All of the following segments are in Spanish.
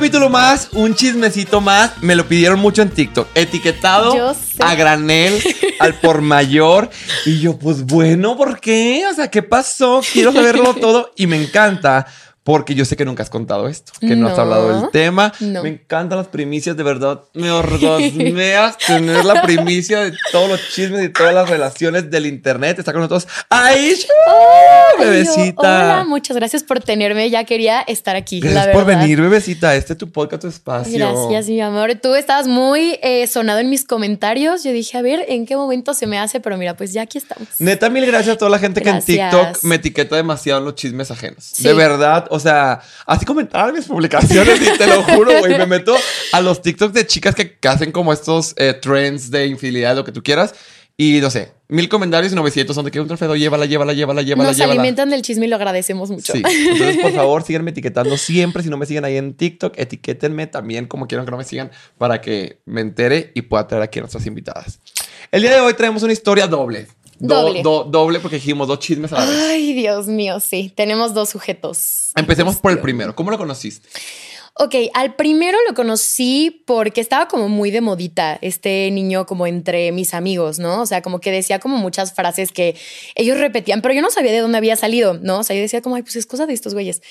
capítulo más, un chismecito más. Me lo pidieron mucho en TikTok. Etiquetado a granel, al por mayor. Y yo, pues bueno, ¿por qué? O sea, ¿qué pasó? Quiero saberlo todo y me encanta. Porque yo sé que nunca has contado esto, que no has hablado del tema. Me encantan las primicias, de verdad. Me orgulleas tener la primicia de todos los chismes y todas las relaciones del internet. Está con nosotros Aisha, bebecita. Hola, muchas gracias por tenerme. Ya quería estar aquí. Gracias por venir, bebecita. Este es tu podcast, tu espacio. Gracias, mi amor. Tú estabas muy sonado en mis comentarios. Yo dije, a ver, ¿en qué momento se me hace? Pero mira, pues ya aquí estamos. Neta, mil gracias a toda la gente que en TikTok me etiqueta demasiado en los chismes ajenos. Sí. De verdad. O sea, así comentaban mis publicaciones y te lo juro, güey. Me meto a los TikToks de chicas que hacen como estos trends de infidelidad, lo que tú quieras. Y no sé, 1000 comentarios y 900 son de que un trofeo, llévala. Nos alimentan del chisme y lo agradecemos mucho. Sí, entonces por favor síganme etiquetando siempre. Si no me siguen ahí en TikTok, etiquétenme también como quieran que no me sigan para que me entere y pueda traer aquí a nuestras invitadas. El día de hoy traemos una historia doble. Doble porque dijimos 2 chismes a la vez. Ay, Dios mío, sí. Tenemos 2 sujetos. Empecemos por el primero. ¿Cómo lo conociste? Ok, al primero lo conocí porque estaba como muy de modita este niño como entre mis amigos, ¿no? O sea, como que decía como muchas frases que ellos repetían, pero yo no sabía de dónde había salido, ¿no? O sea, yo decía como, ay, pues es cosa de estos güeyes.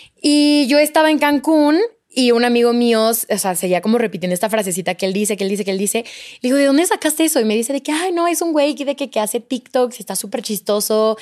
Y yo estaba en Cancún y un amigo mío, o sea, seguía como repitiendo esta frasecita que él dice. Le digo, ¿de dónde sacaste eso? Y me dice de que, ay, no, es un güey que hace TikToks y está súper chistoso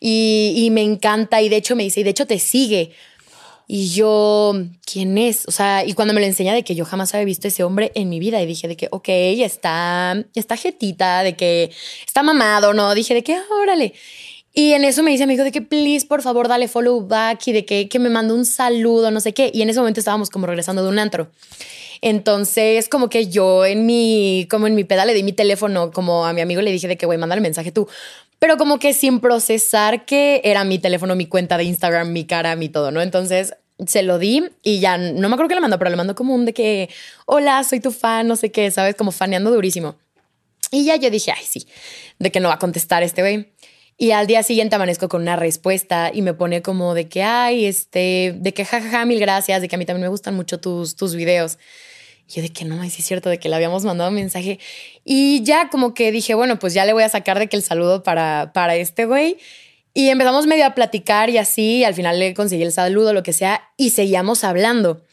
y me encanta. Y de hecho me dice, y de hecho te sigue. Y yo, ¿quién es? O sea, y cuando me lo enseña de que yo jamás había visto a ese hombre en mi vida y dije de que, ok, está jetita, de que está mamado, ¿no? Dije de que, órale. Y en eso me dice amigo de que, please, por favor, dale follow back y de que me mandó un saludo, no sé qué. Y en ese momento estábamos como regresando de un antro. Entonces, como que yo en mi peda le di mi teléfono como a mi amigo le dije de que, güey, mándale mensaje tú. Pero como que sin procesar que era mi teléfono, mi cuenta de Instagram, mi cara, mi todo, ¿no? Entonces se lo di y ya no me acuerdo qué le mandó, pero le mandó como un de que, hola, soy tu fan, no sé qué, ¿sabes? Como faneando durísimo. Y ya yo dije, ay, sí, de que no va a contestar este güey. Y al día siguiente amanezco con una respuesta y me pone como de que, ay, de que jajaja, mil gracias, de que a mí también me gustan mucho tus videos. Y yo de que no, sí es cierto, de que le habíamos mandado un mensaje. Y ya como que dije, bueno, pues ya le voy a sacar de que el saludo para este güey. Y empezamos medio a platicar y así, y al final le conseguí el saludo, lo que sea, y seguíamos hablando.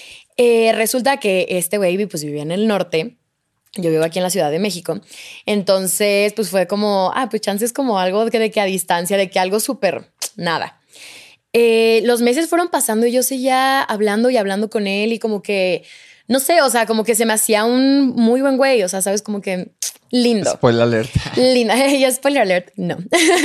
Resulta que este güey pues vivía en el norte. Yo vivo aquí en la Ciudad de México. Entonces, pues fue como, pues chance es como algo de que a distancia, de que algo súper nada. Los meses fueron pasando y yo seguía hablando y hablando con él y como que, no sé, o sea, como que se me hacía un muy buen güey, o sea, sabes, como que lindo. Spoiler alert. Linda. Yo spoiler alert, no.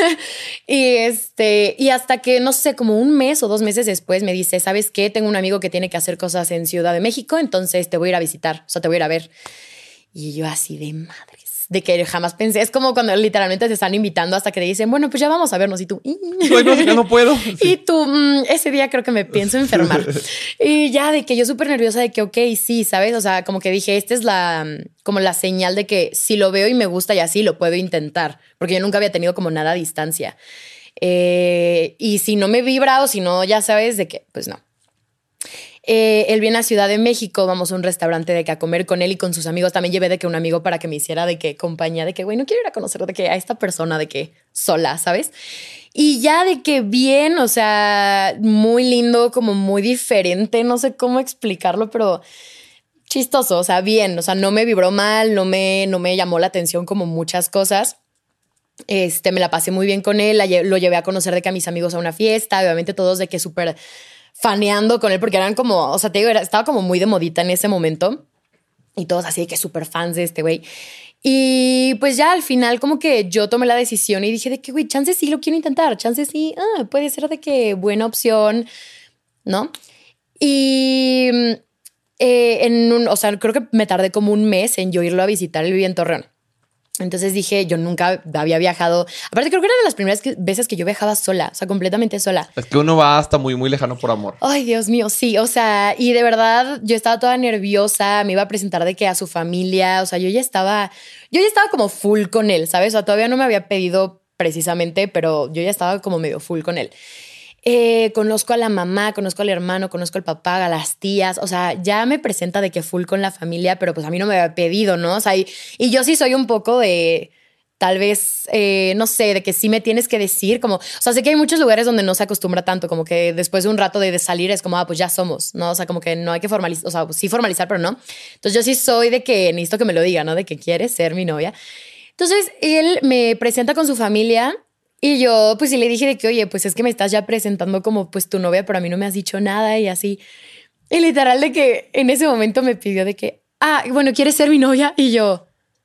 y hasta que, no sé, como un mes o 2 meses después me dice, ¿sabes qué? Tengo un amigo que tiene que hacer cosas en Ciudad de México, entonces te voy a ir a visitar, o sea, te voy a ir a ver. Y yo así de madres, de que jamás pensé. Es como cuando literalmente te están invitando hasta que te dicen, bueno, pues ya vamos a vernos. Y tú, no puedo. Sí. Y tú, ese día creo que me pienso enfermar. Y ya de que yo súper nerviosa de que, ok, sí, ¿sabes? O sea, como que dije, esta es como la señal de que si lo veo y me gusta y así, lo puedo intentar. Porque yo nunca había tenido como nada a distancia. Y si no me vibra o si no, ya sabes de que, pues no. Él viene a Ciudad de México, vamos a un restaurante de que a comer con él y con sus amigos. También llevé de que un amigo para que me hiciera de que compañía, de que güey, no quiero ir a conocer de que a esta persona de que sola, ¿sabes? Y ya de que bien, o sea, muy lindo, como muy diferente, no sé cómo explicarlo, pero chistoso, o sea, bien, o sea, no me vibró mal, no me llamó la atención como muchas cosas. Me la pasé muy bien con él, lo llevé a conocer de que a mis amigos a una fiesta, obviamente todos de que súper faneando con él porque eran como, o sea, te digo, estaba como muy de modita en ese momento y todos así de que súper fans de este güey. Y pues ya al final como que yo tomé la decisión y dije de que, güey, chance sí lo quiero intentar, chance sí, puede ser de que buena opción, ¿no? Y o sea, creo que me tardé como un mes en yo irlo a visitar, él vivía en Torreón. Entonces dije, yo nunca había viajado. Aparte, creo que era de las primeras veces que yo viajaba sola, o sea, completamente sola. Es que uno va hasta muy, muy lejano por amor. Ay, Dios mío, sí. O sea, y de verdad yo estaba toda nerviosa, me iba a presentar de que a su familia, o sea, yo ya estaba como full con él, ¿sabes? O sea, todavía no me había pedido precisamente, pero yo ya estaba como medio full con él. Conozco a la mamá, conozco al hermano, conozco al papá, a las tías. O sea, ya me presenta de que full con la familia, pero pues a mí no me había pedido, ¿no? O sea, y yo sí soy un poco de... Tal vez, no sé, de que sí me tienes que decir, como, o sea, sé que hay muchos lugares donde no se acostumbra tanto, como que después de un rato de salir es como, pues ya somos, ¿no? O sea, como que no hay que formalizar, o sea, pues sí formalizar, pero no. Entonces yo sí soy de que necesito que me lo diga, ¿no? De que quiere ser mi novia. Entonces él me presenta con su familia y yo pues sí le dije de que, oye, pues es que me estás ya presentando como pues tu novia, pero a mí no me has dicho nada y así. Y literal de que en ese momento me pidió de que, bueno, ¿quieres ser mi novia? Y yo,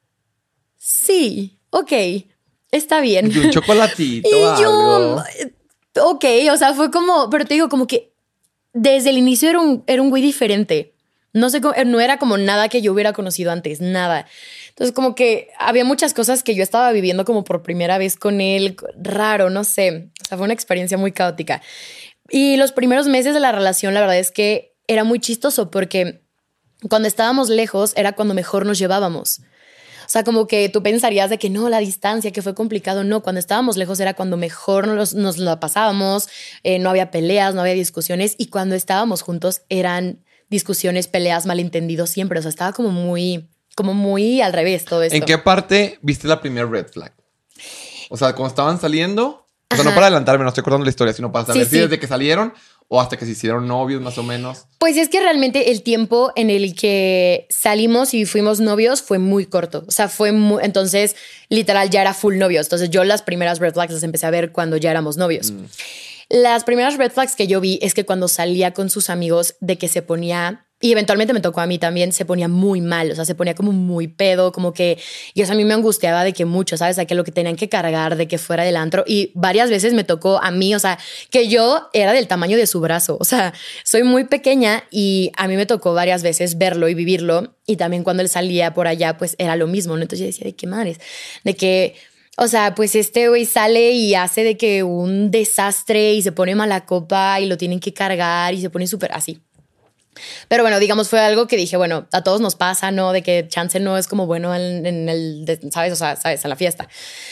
sí. Ok, está bien. Y un chocolatito. Y yo, ok, o sea, fue como, pero te digo, como que desde el inicio era un güey diferente. No sé, no era como nada que yo hubiera conocido antes, nada. Entonces, como que había muchas cosas que yo estaba viviendo como por primera vez con él, raro, no sé. O sea, fue una experiencia muy caótica. Y los primeros meses de la relación, la verdad es que era muy chistoso porque cuando estábamos lejos era cuando mejor nos llevábamos. O sea, como que tú pensarías de que no, la distancia, que fue complicado. No, cuando estábamos lejos era cuando mejor nos la pasábamos, no había peleas, no había discusiones. Y cuando estábamos juntos eran discusiones, peleas, malentendidos siempre. O sea, estaba como muy al revés todo esto. ¿En qué parte viste la primera red flag? O sea, cuando estaban saliendo... O sea, no para adelantarme, no estoy acordando la historia, sino para saber si desde que salieron o hasta que se hicieron novios, más o menos. Pues es que realmente el tiempo en el que salimos y fuimos novios fue muy corto. O sea, entonces, literal, ya era full novios. Entonces, yo las primeras red flags las empecé a ver cuando ya éramos novios. Las primeras red flags que yo vi es que cuando salía con sus amigos de que se ponía... Y eventualmente me tocó a mí también, se ponía muy mal, o sea, se ponía como muy pedo, como que... Y eso a mí me angustiaba de que mucho, ¿sabes? De que lo que tenían que cargar, de que fuera del antro. Y varias veces me tocó a mí, o sea, que yo era del tamaño de su brazo. O sea, soy muy pequeña y a mí me tocó varias veces verlo y vivirlo. Y también cuando él salía por allá, pues era lo mismo, ¿no? Entonces yo decía, ¿de qué madres? De que... O sea, pues este güey sale y hace de que un desastre y se pone mala copa y lo tienen que cargar y se pone súper así. Pero bueno, digamos, fue algo que dije, bueno, a todos nos pasa, ¿no? De que chance no es como bueno en el, ¿sabes? O sea, ¿sabes? En la fiesta.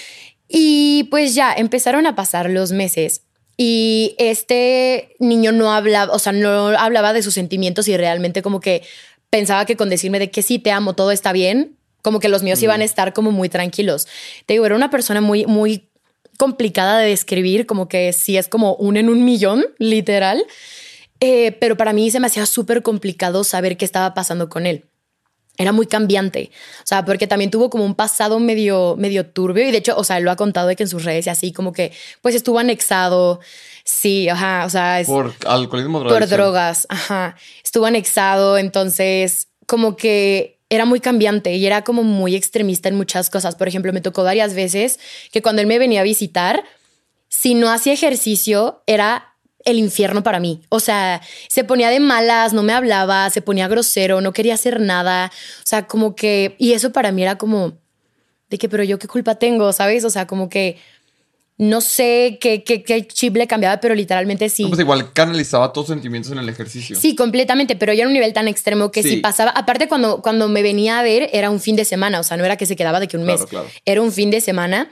Y pues ya empezaron a pasar los meses y este niño no hablaba, o sea, no hablaba de sus sentimientos y realmente como que pensaba que con decirme de que sí, te amo, todo está bien, como que los míos iban a estar como muy tranquilos. Te digo, era una persona muy, muy complicada de describir, como que sí es como un en un millón, literal. Pero para mí se me hacía súper complicado saber qué estaba pasando con él. Era muy cambiante. O sea, porque también tuvo como un pasado medio turbio. Y de hecho, o sea, él lo ha contado de que en sus redes y así como que pues estuvo anexado. Sí, ajá. O sea, por alcoholismo, por drogas. Ajá. Estuvo anexado. Entonces, como que era muy cambiante y era como muy extremista en muchas cosas. Por ejemplo, me tocó varias veces que cuando él me venía a visitar, si no hacía ejercicio, era el infierno para mí. O sea, se ponía de malas, no me hablaba, se ponía grosero, no quería hacer nada. O sea, como que... Y eso para mí era como... De que, pero yo qué culpa tengo, ¿sabes? O sea, como que... No sé qué chip le cambiaba, pero literalmente sí. No, pues igual canalizaba todos sus sentimientos en el ejercicio. Sí, completamente, pero ya era un nivel tan extremo que si pasaba... Aparte, cuando me venía a ver, era un fin de semana. O sea, no era que se quedaba de que un mes. Claro. Era un fin de semana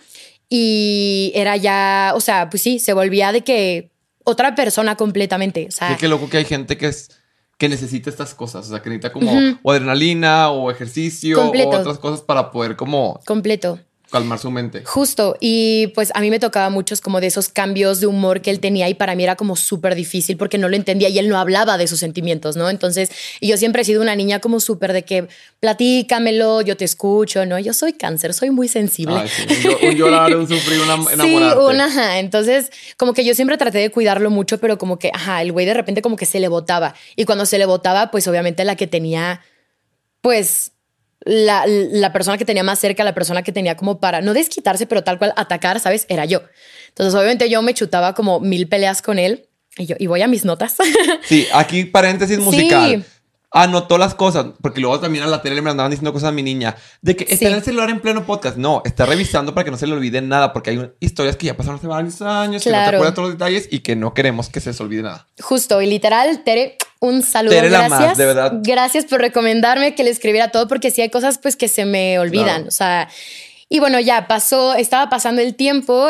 y era ya... O sea, pues sí, se volvía de que... Otra persona completamente. O sea, sí, qué loco que hay gente que necesita estas cosas. O sea, que necesita como o adrenalina o ejercicio o otras cosas para poder como... calmar su mente. Justo. Y pues a mí me tocaba muchos como de esos cambios de humor que él tenía y para mí era como súper difícil porque no lo entendía y él no hablaba de sus sentimientos, ¿no? Entonces, y yo siempre he sido una niña como súper de que platícamelo, yo te escucho, ¿no? Yo soy cáncer, soy muy sensible. Ay, sí. Un llorar, un sufrir, enamorarte. Sí, ajá. Entonces, como que yo siempre traté de cuidarlo mucho, pero como que, el güey de repente como que se le botaba. Y cuando se le botaba, pues obviamente la que tenía, pues... La persona que tenía más cerca, la persona que tenía como para no desquitarse, pero tal cual atacar, ¿sabes? Era yo. Entonces, obviamente yo me chutaba como 1000 peleas con él y voy a mis notas. Sí, aquí paréntesis musical. Anotó las cosas, porque luego también a la tele me andaban diciendo cosas a mi niña de que está en el celular en pleno podcast. No, está revisando para que no se le olvide nada, porque hay historias que ya pasaron hace varios años, que no te acuerdas todos los detalles y que no queremos que se les olvide nada. Justo, y literal, Tere, un saludo. Tere, gracias. La más, de verdad. Gracias por recomendarme que le escribiera todo, porque sí hay cosas pues que se me olvidan. Claro. O sea, Y bueno, ya estaba pasando el tiempo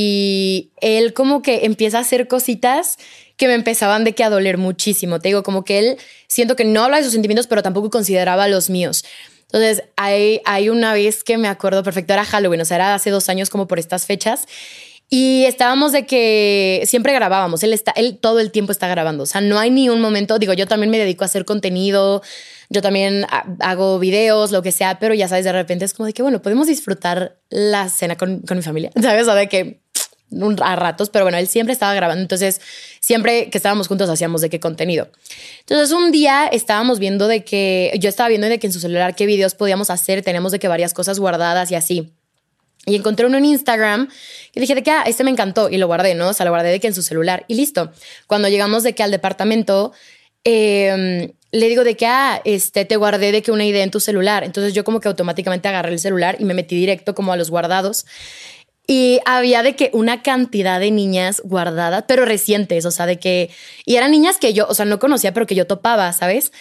y él como que empieza a hacer cositas que me empezaban de que a doler muchísimo. Te digo, como que él siento que no habla de sus sentimientos, pero tampoco consideraba los míos. Entonces, hay una vez que me acuerdo perfecto, era Halloween, o sea, era hace 2 años como por estas fechas. Y estábamos de que siempre grabábamos. Él todo el tiempo está grabando. O sea, no hay ni un momento. Digo, yo también me dedico a hacer contenido. Yo también hago videos, lo que sea. Pero ya sabes, de repente es como de que, bueno, podemos disfrutar la cena con mi familia. ¿Sabes? O de que a ratos. Pero bueno, él siempre estaba grabando. Entonces, siempre que estábamos juntos hacíamos de qué contenido. Entonces, un día estábamos viendo de que... Yo estaba viendo de que en su celular qué videos podíamos hacer. Teníamos de que varias cosas guardadas y así. Y encontré uno en Instagram y dije de que este me encantó y lo guardé, ¿no? O sea, lo guardé de que en su celular y listo. Cuando llegamos de que al departamento, le digo de que, te guardé de que una idea en tu celular. Entonces yo como que automáticamente agarré el celular y me metí directo como a los guardados. Y había de que una cantidad de niñas guardadas, pero recientes, o sea, de que... Y eran niñas que yo, o sea, no conocía, pero que yo topaba, ¿sabes?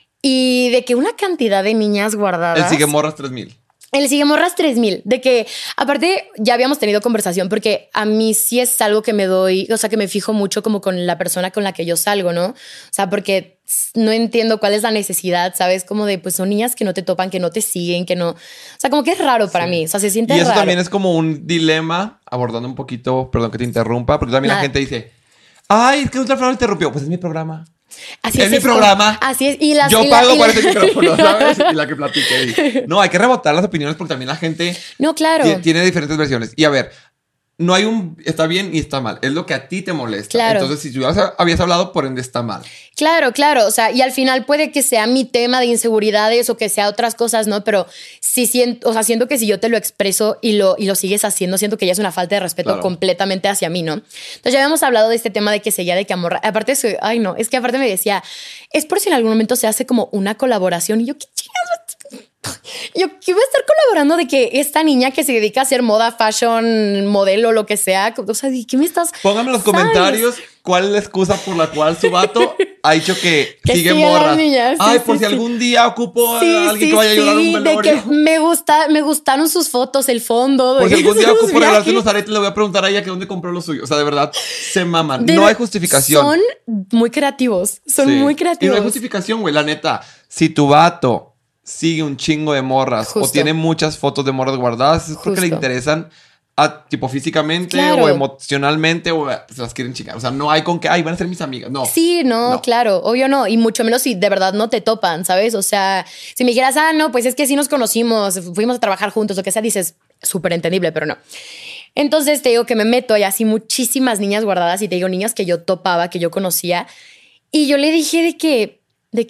Y de que una cantidad de niñas guardadas... El Sigue Morras 3000. El Sigue Morras 3000, de que aparte ya habíamos tenido conversación porque a mí sí es algo que me doy, o sea, que me fijo mucho como con la persona con la que yo salgo, ¿no? O sea, porque no entiendo cuál es la necesidad, ¿sabes? Como de, pues son niñas que no te topan, que no te siguen, que no... O sea, como que es raro para mí, o sea, se siente raro. Y eso también es como un dilema, abordando un poquito, perdón que te interrumpa, porque también la gente dice, ay, es que Ultra Flor interrumpió, pues es mi programa. Así es mi programa. Así es. Yo pago por ese micrófono, ¿sabes? Y la que platique. No, hay que rebotar las opiniones porque también la gente tiene diferentes versiones. Y a ver, no hay está bien y está mal. Es lo que a ti te molesta. Claro. Entonces, si tú habías hablado, por ende está mal. Claro. O sea, y al final puede que sea mi tema de inseguridades o que sea otras cosas, ¿no? Pero sí siento que si yo te lo expreso y lo sigues haciendo, siento que ya es una falta de respeto completamente hacia mí, ¿no? Entonces ya habíamos hablado de este tema de que seguía de que amor. Aparte, es que aparte me decía, es por si en algún momento se hace como una colaboración. Y yo, ¿qué chingados? Yo iba a estar colaborando de que esta niña que se dedica a hacer moda, fashion, modelo, lo que sea. O sea, ¿qué me estás...? Pónganme en los comentarios cuál es la excusa por la cual su vato ha dicho que sigue morras. Ay, por si algún día ocupo a alguien que vaya a llorar un velorio. De que me gustaron sus fotos, el fondo. Por si algún día ocupo regalarse unos aretes, le voy a preguntar a ella que dónde compró lo suyo. O sea, de verdad, se maman. No hay justificación. Son muy creativos. Muy creativos. Y no hay justificación, güey. La neta, si tu vato sigue un chingo de morras o tiene muchas fotos de morras guardadas, es porque le interesan tipo físicamente o emocionalmente o se las quieren chingar. O sea, no hay con que, van a ser mis amigas. No. Sí, no, claro, obvio no. Y mucho menos si de verdad no te topan, ¿sabes? O sea, si me dijeras, no, pues es que sí nos conocimos, fuimos a trabajar juntos, lo que sea, dices, súper entendible, pero no. Entonces te digo que me meto y así muchísimas niñas guardadas y te digo niñas que yo topaba, que yo conocía. Y yo le dije de que,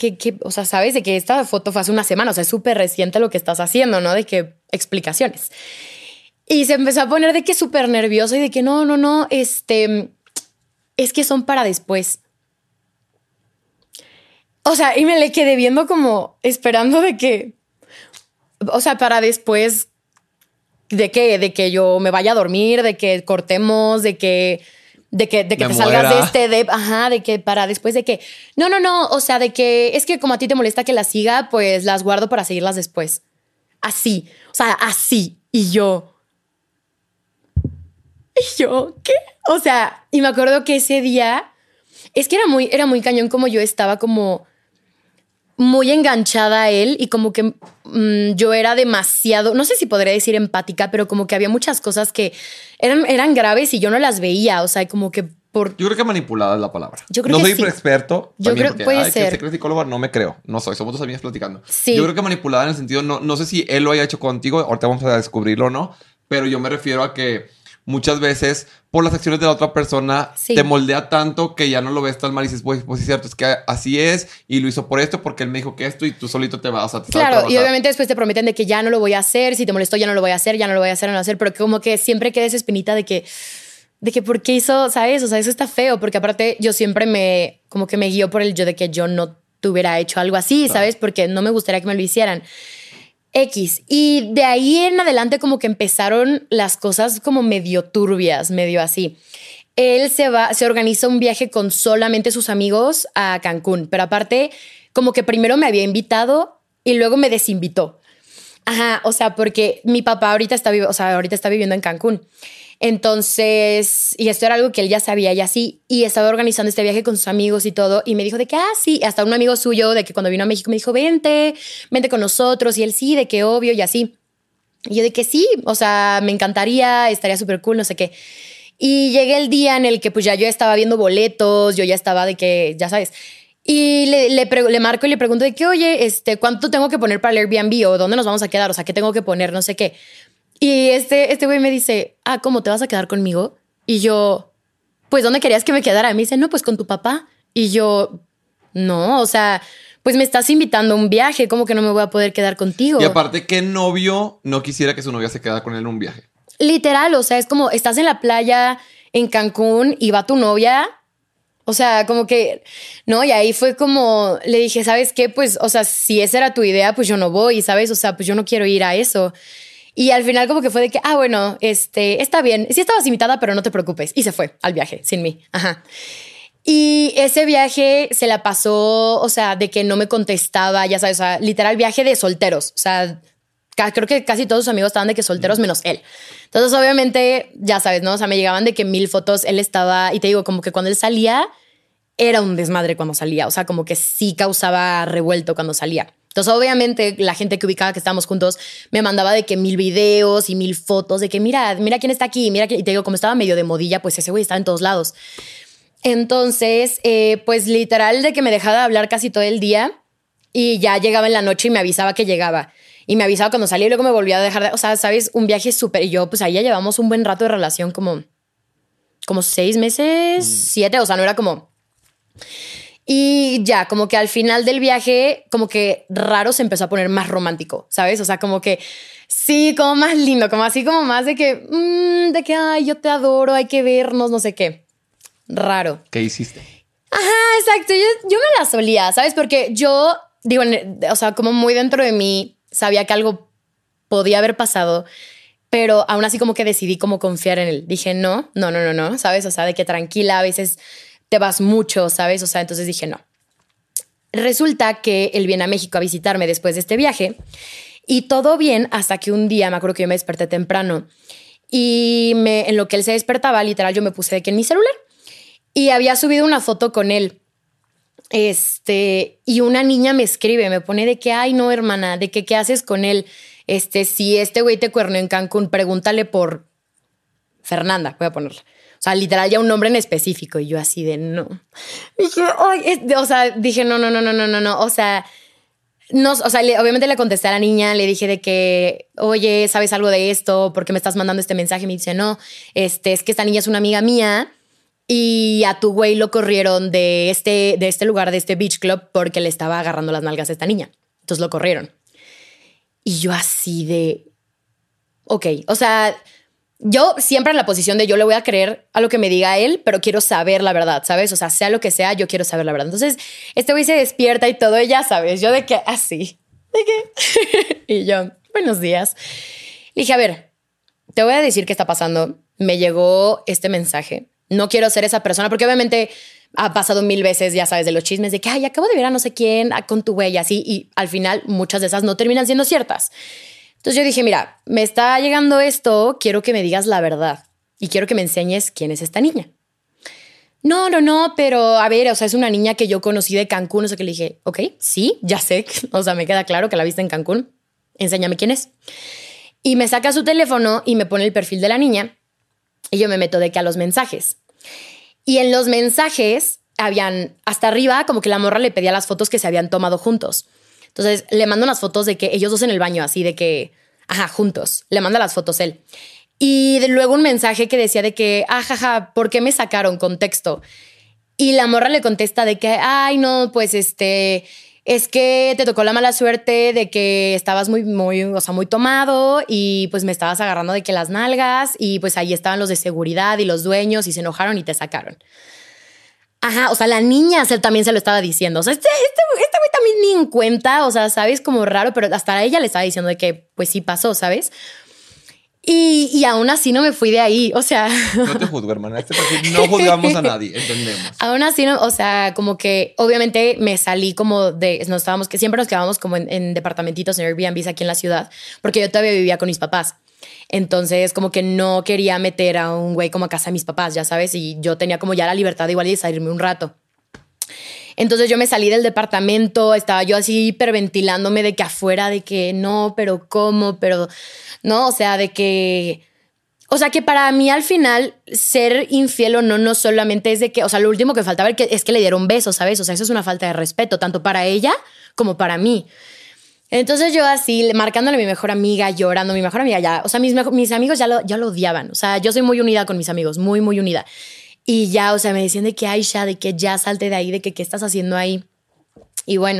o sea, ¿sabes? De que esta foto fue hace una semana, o sea, es súper reciente lo que estás haciendo, ¿no? De que explicaciones. Y se empezó a poner de que súper nervioso y de que no, es que son para después. O sea, y me le quedé viendo como esperando de que, o sea, para después de que yo me vaya a dormir, de que cortemos, de que te salgas de de que para después de que no, o sea, de que es que como a ti te molesta que las siga, pues las guardo para seguirlas después. Así, o sea, así. Y yo, ¿qué? O sea, y me acuerdo que ese día es que era muy cañón, como yo estaba como muy enganchada a él y como que yo era demasiado, no sé si podría decir empática, pero como que había muchas cosas que eran graves y yo no las veía, o sea, como que Yo creo que manipulada es la palabra. Yo creo no que soy experto. Yo creo que puede ser. Que ser psicólogo no me creo. No soy. Somos dos amigas platicando. Sí. Yo creo que manipulada en el sentido, no sé si él lo haya hecho contigo, ahorita vamos a descubrirlo o no, pero yo me refiero a que muchas veces por las acciones de la otra persona te moldea tanto que ya no lo ves tan mal y dices, pues es cierto, es que así es y lo hizo por esto porque él me dijo que esto y tú solito te vas a Claro, y obviamente después te prometen de que ya no lo voy a hacer, si te molestó ya no lo voy a hacer, ya no lo voy a hacer, no lo voy a hacer, pero como que siempre queda esa espinita de que por qué hizo, ¿sabes? O sea, eso está feo, porque aparte yo siempre como que me guío por el yo de que yo no te hubiera hecho algo así, ¿sabes? Porque no me gustaría que me lo hicieran. X. Y de ahí en adelante como que empezaron las cosas como medio turbias, medio así. Él se organiza un viaje con solamente sus amigos a Cancún, pero aparte como que primero me había invitado y luego me desinvitó. Ajá, o sea, porque mi papá ahorita está viviendo en Cancún. Entonces, y esto era algo que él ya sabía y así, y estaba organizando este viaje con sus amigos y todo, y me dijo de que, sí, hasta un amigo suyo de que cuando vino a México me dijo, vente con nosotros, y él sí, de que obvio y así. Y yo de que sí, o sea, me encantaría, estaría súper cool, no sé qué. Y llegué el día en el que pues ya yo estaba viendo boletos, yo ya estaba de que, ya sabes, y le marco y le pregunto de que, oye, ¿cuánto tengo que poner para el Airbnb o dónde nos vamos a quedar? O sea, ¿qué tengo que poner? No sé qué. Y este güey me dice, ¿cómo te vas a quedar conmigo? Y yo, pues, ¿dónde querías que me quedara? Me dice, no, pues con tu papá. Y yo, no, o sea, pues me estás invitando a un viaje, ¿cómo que no me voy a poder quedar contigo? Y aparte, ¿qué novio no quisiera que su novia se quedara con él en un viaje? Literal, o sea, es como estás en la playa en Cancún y va tu novia. O sea, como que, no, y ahí fue como, le dije, ¿sabes qué? Pues, o sea, si esa era tu idea, pues yo no voy, ¿sabes? O sea, pues yo no quiero ir a eso. Y al final como que fue de que, bueno, está bien. Sí estabas invitada, pero no te preocupes. Y se fue al viaje sin mí. Ajá. Y ese viaje se la pasó, o sea, de que no me contestaba, ya sabes, o sea, literal viaje de solteros. O sea, creo que casi todos sus amigos estaban de que solteros menos él. Entonces, obviamente, ya sabes, ¿no? O sea, me llegaban de que 1000 fotos, él estaba, y te digo, como que cuando él salía, era un desmadre cuando salía. O sea, como que sí causaba revuelto cuando salía. Entonces, obviamente, la gente que ubicaba que estábamos juntos me mandaba de que 1000 videos y 1000 fotos de que mira quién está aquí, mira quién. Y te digo, como estaba medio de modilla, pues ese güey estaba en todos lados. Entonces, pues literal de que me dejaba de hablar casi todo el día y ya llegaba en la noche y me avisaba que llegaba. Y me avisaba cuando salía y luego me volvía a dejar de... O sea, ¿sabes? Un viaje súper... Y yo, pues ahí ya llevamos un buen rato de relación, como 6 meses, 7. O sea, no era como... Y ya, como que al final del viaje, como que raro se empezó a poner más romántico, ¿sabes? O sea, como que sí, como más lindo, como así, como más de que, ay, yo te adoro, hay que vernos, no sé qué. Raro. ¿Qué hiciste? Ajá, exacto. Yo me la solía, ¿sabes? Porque yo, digo, o sea, como muy dentro de mí, sabía que algo podía haber pasado, pero aún así como que decidí como confiar en él. Dije, no, ¿sabes? O sea, de que tranquila, a veces te vas mucho, ¿sabes? O sea, entonces dije, no. Resulta que él viene a México a visitarme después de este viaje y todo bien hasta que un día, me acuerdo que yo me desperté temprano y en lo que él se despertaba, literal, yo me puse de que en mi celular y había subido una foto con él. Y una niña me escribe, me pone de que, ay, no, hermana, de que qué haces con él. Si este güey te cuernó en Cancún, pregúntale por Fernanda, voy a ponerla. O sea, literal ya un nombre en específico. Y yo así de no. Dije, ay, o sea, dije no. O sea, no, o sea, obviamente le contesté a la niña, le dije de que, oye, ¿sabes algo de esto? ¿Por qué me estás mandando este mensaje? Me dice, no, es que esta niña es una amiga mía y a tu güey lo corrieron de este lugar, de este beach club, porque le estaba agarrando las nalgas a esta niña. Entonces lo corrieron. Y yo así de, ok, o sea, yo siempre en la posición de yo le voy a creer a lo que me diga él, pero quiero saber la verdad, ¿sabes? O sea, sea lo que sea, yo quiero saber la verdad. Entonces, este güey se despierta y todo, y ya sabes, yo de que así, de que... Y yo, buenos días. Le dije, a ver, te voy a decir qué está pasando. Me llegó este mensaje. No quiero ser esa persona, porque obviamente ha pasado 1000 veces, ya sabes, de los chismes de que, ay, acabo de ver a no sé quién con tu güey, así, y al final muchas de esas no terminan siendo ciertas. Entonces yo dije, mira, me está llegando esto, quiero que me digas la verdad y quiero que me enseñes quién es esta niña. No, pero a ver, o sea, es una niña que yo conocí de Cancún, o sea, que le dije, ok, sí, ya sé, o sea, me queda claro que la viste en Cancún, enséñame quién es. Y me saca su teléfono y me pone el perfil de la niña y yo me meto de que a los mensajes. Y en los mensajes habían, hasta arriba, como que la morra le pedía las fotos que se habían tomado juntos. Entonces le mando unas fotos de que ellos dos en el baño, así de que, juntos. Le manda las fotos él. Y luego un mensaje que decía de que, jaja, ¿por qué me sacaron? Contexto. Y la morra le contesta de que, ay, no, pues es que te tocó la mala suerte de que estabas muy tomado y pues me estabas agarrando de que las nalgas y pues ahí estaban los de seguridad y los dueños y se enojaron y te sacaron. Ajá, o sea, la niña también se lo estaba diciendo. O sea, este güey también ni en cuenta, o sea, ¿sabes? Como raro, pero hasta ella le estaba diciendo de que, pues sí pasó, ¿sabes? Y aún así no me fui de ahí, o sea... No te juzgo, hermana, no juzgamos a nadie, entendemos. Aún así, no, o sea, como que obviamente me salí como de... que siempre nos quedábamos como en departamentitos, en Airbnb aquí en la ciudad, porque yo todavía vivía con mis papás. Entonces como que no quería meter a un güey como a casa de mis papás, ya sabes, y yo tenía como ya la libertad de igual de salirme un rato. Entonces yo me salí del departamento, estaba yo así hiperventilándome de que afuera, de que no, pero ¿cómo? Pero no, o sea, de que... O sea, que para mí al final ser infiel o no solamente es de que... O sea, lo último que faltaba es que le diera un beso, ¿sabes? O sea, eso es una falta de respeto, tanto para ella como para mí. Entonces yo así, marcándole a mi mejor amiga, llorando, mi mejor amiga ya... O sea, mis amigos ya lo odiaban. O sea, yo soy muy unida con mis amigos, muy, muy unida. Y ya, o sea, me decían de que Aisha, de que ya salte de ahí, de que qué estás haciendo ahí. Y bueno,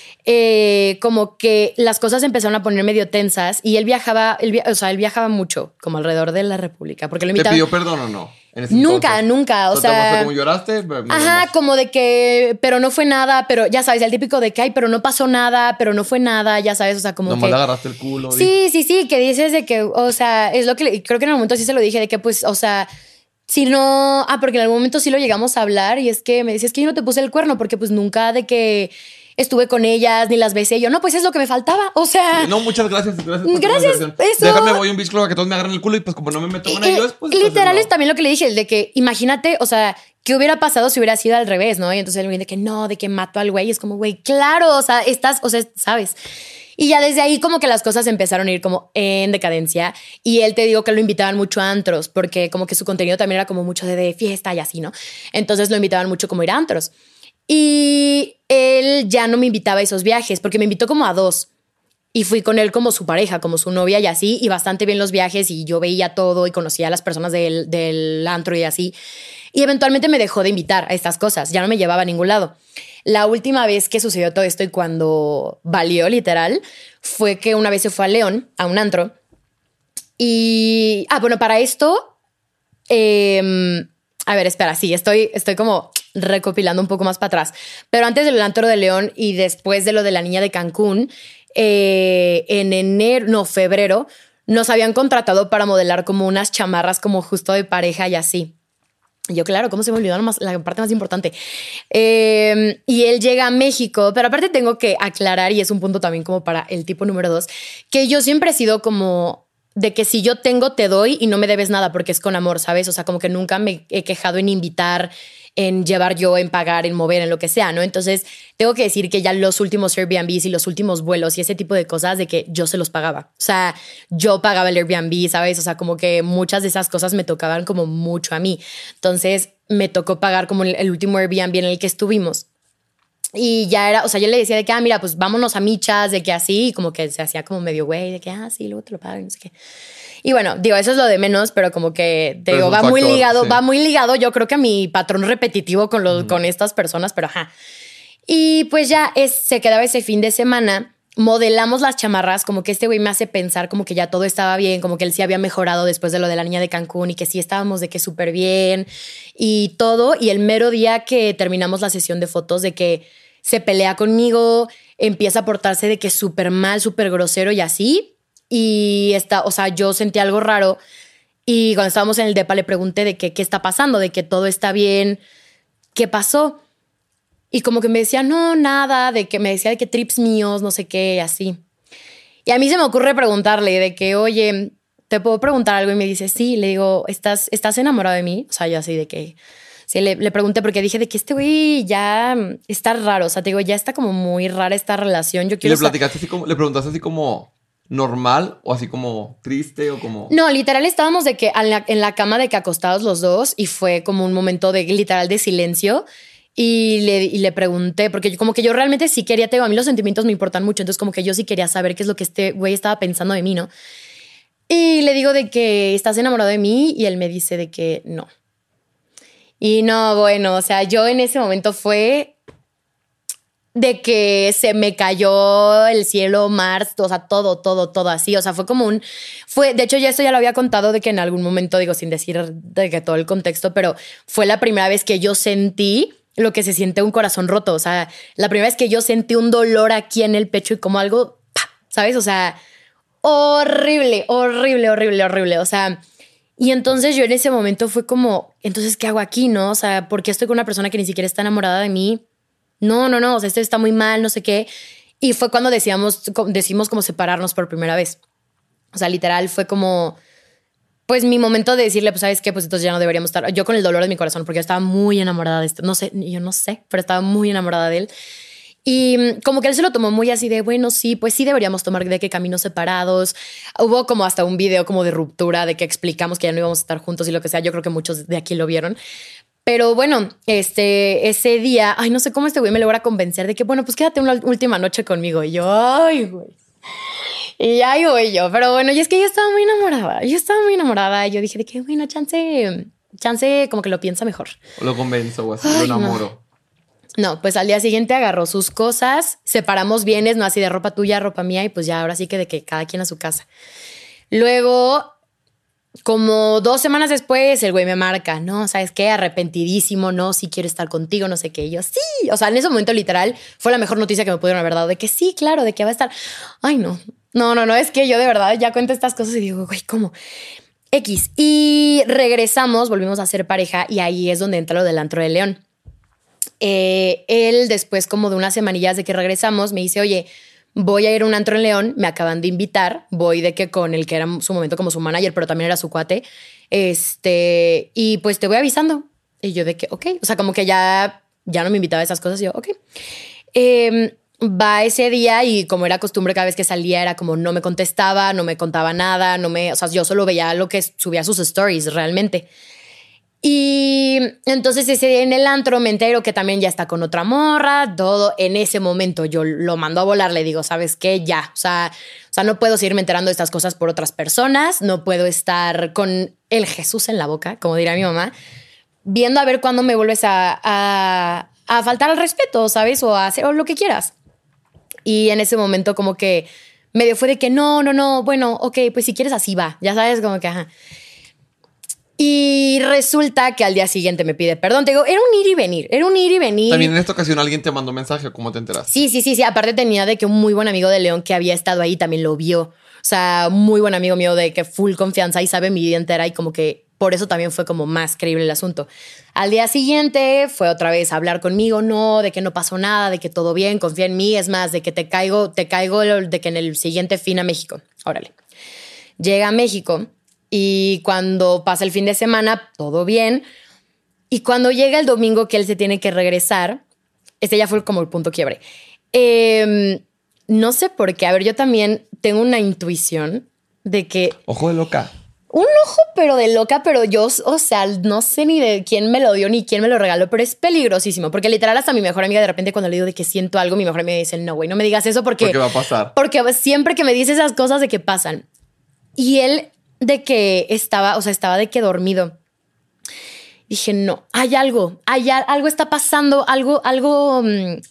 como que las cosas empezaron a poner medio tensas y él viajaba mucho, como alrededor de la República. Porque lo invitaba. ¿Te pidió perdón o no? Nunca. O sea, ¿cómo lloraste? Ajá, como de que, pero no fue nada, pero ya sabes, el típico de que, ay, pero no pasó nada, pero no fue nada, ya sabes, o sea, como nomás que... le agarraste el culo. Sí, que dices de que, o sea, es lo que creo que en el momento sí se lo dije, de que pues, o sea... Si no, porque en algún momento sí lo llegamos a hablar y es que me decía, es que yo no te puse el cuerno porque pues nunca de que estuve con ellas ni las besé. Yo, no, pues es lo que me faltaba. O sea... No, muchas gracias. Gracias. Eso. Déjame, voy a un beach club a que todos me agarren el culo y pues como no me meto con ellos, pues... Literal es también lo que le dije, el de que imagínate, o sea, ¿qué hubiera pasado si hubiera sido al revés, no? Y entonces él me dice que no, de que mato al güey. Es como, güey, claro, o sea, ¿sabes? Y ya desde ahí como que las cosas empezaron a ir como en decadencia. Y él te digo que lo invitaban mucho a antros porque como que su contenido también era como mucho de fiesta y así, ¿no? Entonces lo invitaban mucho como a ir a antros. Y él ya no me invitaba a esos viajes porque me invitó como a 2. Y fui con él como su pareja, como su novia y así. Y bastante bien los viajes y yo veía todo y conocía a las personas del antro y así. Y eventualmente me dejó de invitar a estas cosas. Ya no me llevaba a ningún lado. La última vez que sucedió todo esto y cuando valió literal fue que una vez se fue a León, a un antro. Y... bueno, para esto... a ver, espera, sí, estoy como recopilando un poco más para atrás. Pero antes del antro de León y después de lo de la niña de Cancún, en febrero, nos habían contratado para modelar como unas chamarras como justo de pareja y así. Y yo, claro, ¿cómo se me olvidó la parte más importante? Y él llega a México, pero aparte tengo que aclarar, y es un punto también como para el tipo número 2, que yo siempre he sido como de que si yo tengo, te doy y no me debes nada porque es con amor, ¿sabes? O sea, como que nunca me he quejado en invitar, en llevar yo, en pagar, en mover, en lo que sea, ¿no? Entonces, tengo que decir que ya los últimos Airbnbs y los últimos vuelos y ese tipo de cosas de que yo se los pagaba. O sea, yo pagaba el Airbnb, ¿sabes? O sea, como que muchas de esas cosas me tocaban como mucho a mí. Entonces, me tocó pagar como el último Airbnb en el que estuvimos. Y ya era, o sea, yo le decía de que, mira, pues vámonos a michas, de que así, y como que se hacía como medio güey, de que, sí, luego te lo pago, no sé qué. Y bueno, digo, eso es lo de menos, pero como que te digo, va muy ligado, yo creo que a mi patrón repetitivo con estas personas, pero ajá. Y pues ya se quedaba ese fin de semana, modelamos las chamarras, como que este güey me hace pensar como que ya todo estaba bien, como que él sí había mejorado después de lo de la niña de Cancún y que sí estábamos de que súper bien y todo. Y el mero día que terminamos la sesión de fotos de que se pelea conmigo, empieza a portarse de que súper mal, súper grosero y así. Y o sea, yo sentí algo raro y cuando estábamos en el depa le pregunté de que qué está pasando, de que todo está bien, ¿qué pasó? Y como que me decía, no, nada, de que me decía de que trips míos, no sé qué, así. Y a mí se me ocurre preguntarle de que, oye, ¿te puedo preguntar algo? Y me dice, sí. Le digo, ¿estás enamorado de mí? O sea, yo así de que... Sí, le pregunté porque dije de que este güey ya está raro. O sea, te digo, ya está como muy rara esta relación. Yo quiero... ¿Y le platicaste así como... le preguntaste así como... normal o así como triste o como... No, literal estábamos de que en la cama de que acostados los dos y fue como un momento de literal de silencio y le pregunté porque como que yo realmente sí quería, a mí los sentimientos me importan mucho, entonces como que yo sí quería saber qué es lo que este güey estaba pensando de mí, ¿no? Y le digo de que estás enamorado de mí y él me dice de que no. Y no, bueno, o sea, yo en ese momento fue... de que se me cayó el cielo, Mars, o sea, todo así. O sea, fue como de hecho, ya esto ya lo había contado de que en algún momento, digo, sin decir de que todo el contexto, pero fue la primera vez que yo sentí lo que se siente un corazón roto. O sea, la primera vez que yo sentí un dolor aquí en el pecho y como algo, ¿sabes? O sea, horrible, horrible, horrible, horrible. O sea, y entonces yo en ese momento fue como, entonces, ¿qué hago aquí, no? O sea, ¿por qué estoy con una persona que ni siquiera está enamorada de mí? No, o sea, esto está muy mal, no sé qué. Y fue cuando decimos como separarnos por primera vez. O sea, literal fue como, pues mi momento de decirle, pues, ¿sabes qué? Pues entonces ya no deberíamos estar. Yo con el dolor de mi corazón, porque yo estaba muy enamorada de esto. No sé, yo no sé, pero estaba muy enamorada de él. Y como que él se lo tomó muy así de, bueno, sí, pues sí deberíamos tomar de qué caminos separados. Hubo como hasta un video como de ruptura, de que explicamos que ya no íbamos a estar juntos y lo que sea. Yo creo que muchos de aquí lo vieron. Pero bueno, ese día, ay, no sé cómo este güey me logra convencer de que, bueno, pues quédate una última noche conmigo. Y yo, ay, güey. Y ahí voy yo. Pero bueno, y es que yo estaba muy enamorada. Y yo dije de que, bueno, chance como que lo piensa mejor. Lo convenzo o así, lo enamoro. No, pues al día siguiente agarró sus cosas, separamos bienes, no así de ropa tuya, ropa mía, y pues ya ahora sí que de que cada quien a su casa. Luego, como 2 semanas después, el güey me marca, no, ¿sabes qué? Arrepentidísimo, no, sí quiero estar contigo, no sé qué. Y yo, sí. O sea, en ese momento literal fue la mejor noticia que me pudieron haber dado, de que sí, claro, de que va a estar. Ay, no, es que yo de verdad ya cuento estas cosas y digo, güey, ¿cómo? X. Y regresamos, volvimos a ser pareja y ahí es donde entra lo del antro de León. Él después como de unas semanillas de que regresamos me dice, oye, voy a ir a un antro en León, me acaban de invitar, voy de que con el que era su momento como su manager, pero también era su cuate, y pues te voy avisando. Y yo de que, ok, o sea, como que ya no me invitaba a esas cosas, y yo, ok. Va ese día y como era costumbre cada vez que salía era como no me contestaba, no me contaba nada, o sea, yo solo veía lo que subía sus stories realmente. Y entonces ese día en el antro me entero que también ya está con otra morra, todo. En ese momento yo lo mando a volar, le digo, ¿sabes qué? Ya, o sea, no puedo seguirme enterando de estas cosas por otras personas, no puedo estar con el Jesús en la boca, como dirá mi mamá, viendo a ver cuándo me vuelves a faltar al respeto, ¿sabes? O a hacer o lo que quieras. Y en ese momento como que medio fue de que no, bueno, ok, pues si quieres así va, ya sabes, como que ajá. Y resulta que al día siguiente me pide perdón. Te digo, era un ir y venir. También en esta ocasión alguien te mandó mensaje. ¿Cómo te enteraste? Sí. Aparte tenía de que un muy buen amigo de León que había estado ahí también lo vio. O sea, muy buen amigo mío de que full confianza y sabe mi vida entera y como que por eso también fue como más creíble el asunto. Al día siguiente fue otra vez a hablar conmigo, no, de que no pasó nada, de que todo bien, confía en mí. Es más, de que te caigo de que en el siguiente fin a México. Órale. Llega a México. Y cuando pasa el fin de semana, todo bien. Y cuando llega el domingo que él se tiene que regresar, ya fue como el punto quiebre. No sé por qué. A ver, yo también tengo una intuición de que... Ojo de loca. Un ojo, pero de loca, pero yo, o sea, no sé ni de quién me lo dio ni quién me lo regaló, pero es peligrosísimo. Porque literal hasta mi mejor amiga de repente cuando le digo de que siento algo, mi mejor amiga dice, no, güey, no me digas eso porque va a pasar. Porque siempre que me dice esas cosas de que pasan. Y él... de que estaba de que dormido. Dije, no, hay algo está pasando, algo, hay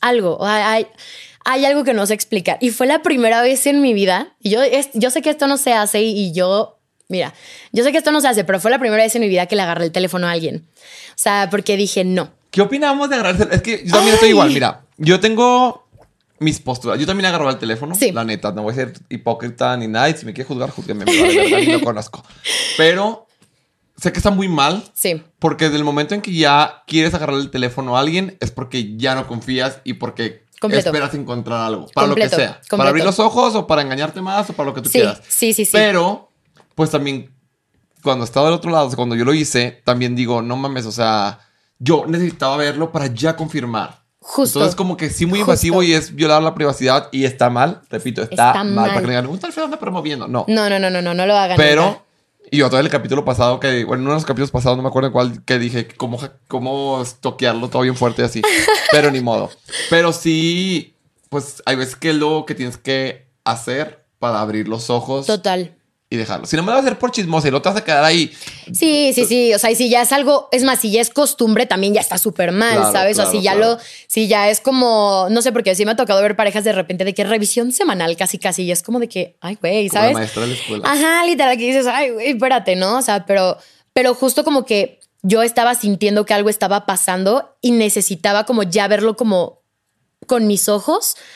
algo que no sé explicar. Y fue la primera vez en mi vida, y yo sé que esto no se hace yo sé que esto no se hace, pero fue la primera vez en mi vida que le agarré el teléfono a alguien. O sea, porque dije, no. ¿Qué opinamos de agarrarse? Es que yo también estoy igual, mira, yo tengo... mis posturas. Yo también agarraba el teléfono. Sí. La neta, no voy a ser hipócrita ni nada. Y si me quiere juzgar, júzgueme. Ni lo conozco. Pero sé que está muy mal. Sí. Porque desde el momento en que ya quieres agarrar el teléfono a alguien es porque ya no confías y porque esperas encontrar algo. Para lo que sea. Para abrir los ojos o para engañarte más o para lo que tú quieras. Sí. Pero, pues también, cuando estaba del otro lado, o sea, cuando yo lo hice, también digo, no mames, o sea, yo necesitaba verlo para ya confirmar. Justo. Entonces, como que sí, muy invasivo y es violar la privacidad y está mal. Repito, está mal. Para que le digan, ¿usted Alfredo anda promoviendo? No lo hagan. Pero, nunca. Y yo todo el capítulo pasado, en uno de los capítulos pasados, no me acuerdo en cuál, que dije cómo estoquearlo todo bien fuerte y así. Pero ni modo. Pero sí, pues hay veces que es lo que tienes que hacer para abrir los ojos. Total. Y dejarlo. Si no me lo vas a hacer por chismosa y lo te vas a quedar ahí. Sí. O sea, y si ya es algo, es más, si ya es costumbre, también ya está súper mal, claro, ¿sabes? Claro, o sea, si ya es como, no sé, porque sí me ha tocado ver parejas de repente de que revisión semanal casi, y es como de que, ay, güey, ¿sabes? Como la maestra de la escuela. Ajá, literal, que dices, ay, güey, espérate, ¿no? O sea, pero justo como que yo estaba sintiendo que algo estaba pasando y necesitaba como ya verlo como con mis ojos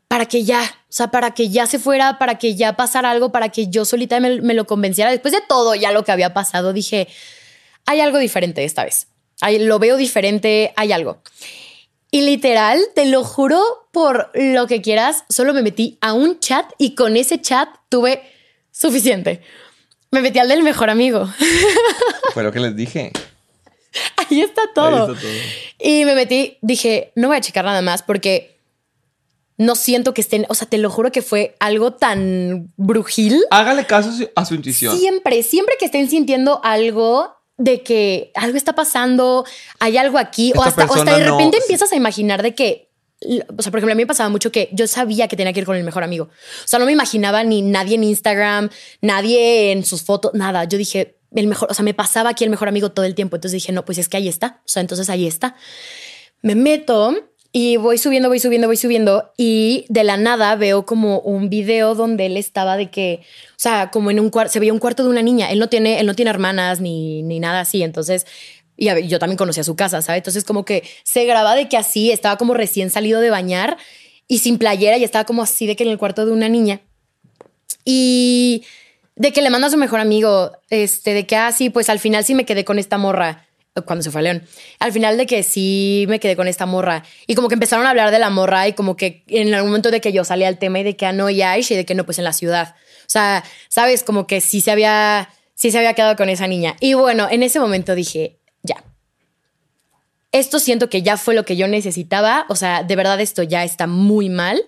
para que ya, o sea, para que ya se fuera, para que ya pasara algo, para que yo solita me lo convenciera. Después de todo ya lo que había pasado, dije, hay algo diferente esta vez. Lo veo diferente, hay algo. Y literal, te lo juro por lo que quieras, solo me metí a un chat y con ese chat tuve suficiente. Me metí al del mejor amigo. Fue lo que les dije. Ahí está todo. Y me metí, dije, no voy a checar nada más porque no siento que estén, o sea, te lo juro que fue algo tan brujil. Hágale caso a su intuición. Siempre que estén sintiendo algo de que algo está pasando, hay algo aquí, o hasta de repente empiezas a imaginar de que, o sea, por ejemplo, a mí me pasaba mucho que yo sabía que tenía que ir con el mejor amigo. O sea, no me imaginaba ni nadie en Instagram, nadie en sus fotos, nada. Yo dije, el mejor, o sea, me pasaba aquí el mejor amigo todo el tiempo. Entonces dije, no, pues es que ahí está. O sea, entonces ahí está. Me meto y voy subiendo y de la nada veo como un video donde él estaba de que, o sea, como en un cuarto, se veía un cuarto de una niña. Él no tiene hermanas ni nada así. Entonces, y yo también conocía su casa, ¿sabes? Entonces como que se graba de que así estaba como recién salido de bañar y sin playera y estaba como así de que en el cuarto de una niña. Y de que le manda a su mejor amigo, de que sí, pues al final sí me quedé con esta morra. Cuando se fue a León, al final de que sí me quedé con esta morra y como que empezaron a hablar de la morra y como que en algún momento de que yo salía al tema y de que no, y Aish y de que no, pues en la ciudad. O sea, sabes, como que sí se había quedado con esa niña. Y bueno, en ese momento dije, ya. Esto siento que ya fue lo que yo necesitaba. O sea, de verdad esto ya está muy mal.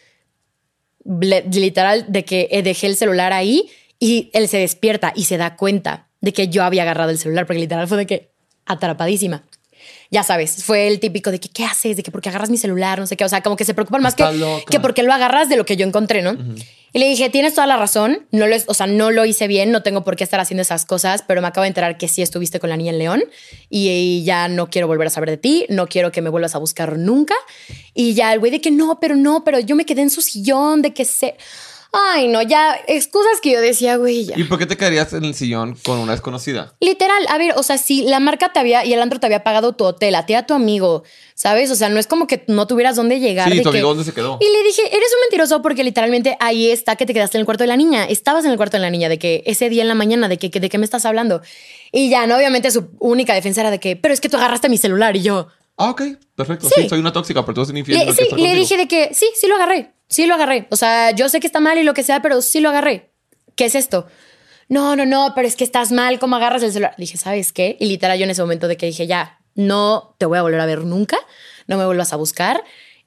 Literal, de que dejé el celular ahí y él se despierta y se da cuenta de que yo había agarrado el celular porque literal fue de que atrapadísima. Ya sabes, fue el típico de que ¿qué haces? De que porque agarras mi celular, no sé qué. O sea, como que se preocupan más que porque lo agarras de lo que yo encontré, ¿no? Uh-huh. Y le dije, tienes toda la razón. No lo hice bien, no tengo por qué estar haciendo esas cosas, pero me acabo de enterar que sí estuviste con la niña en León y ya no quiero volver a saber de ti, no quiero que me vuelvas a buscar nunca. Y ya el güey de que no, pero yo me quedé en su sillón, de que se... Ay, no, ya, excusas que yo decía, güey, ya. ¿Y por qué te quedarías en el sillón con una desconocida? Literal, a ver, o sea, si la marca y el antro te había pagado tu hotel, a ti a tu amigo, ¿sabes? O sea, no es como que no tuvieras dónde llegar. Sí, tu amigo, ¿dónde se quedó? Y le dije, eres un mentiroso porque literalmente ahí está que te quedaste en el cuarto de la niña. Estabas en el cuarto de la niña, de que ese día en la mañana, de qué me estás hablando. Y ya, ¿no? Obviamente su única defensa era de que, pero es que tú agarraste mi celular y yo... Ah, ok, perfecto. Sí, soy una tóxica, pero tú eres un infiel. Le dije de que sí lo agarré. Sí lo agarré. O sea, yo sé que está mal y lo que sea, pero sí lo agarré. ¿Qué es esto? No, pero es que estás mal. ¿Cómo agarras el celular? Dije, ¿sabes qué? Y literal yo en ese momento de que dije, ya, no te voy a volver a ver nunca. No me vuelvas a buscar.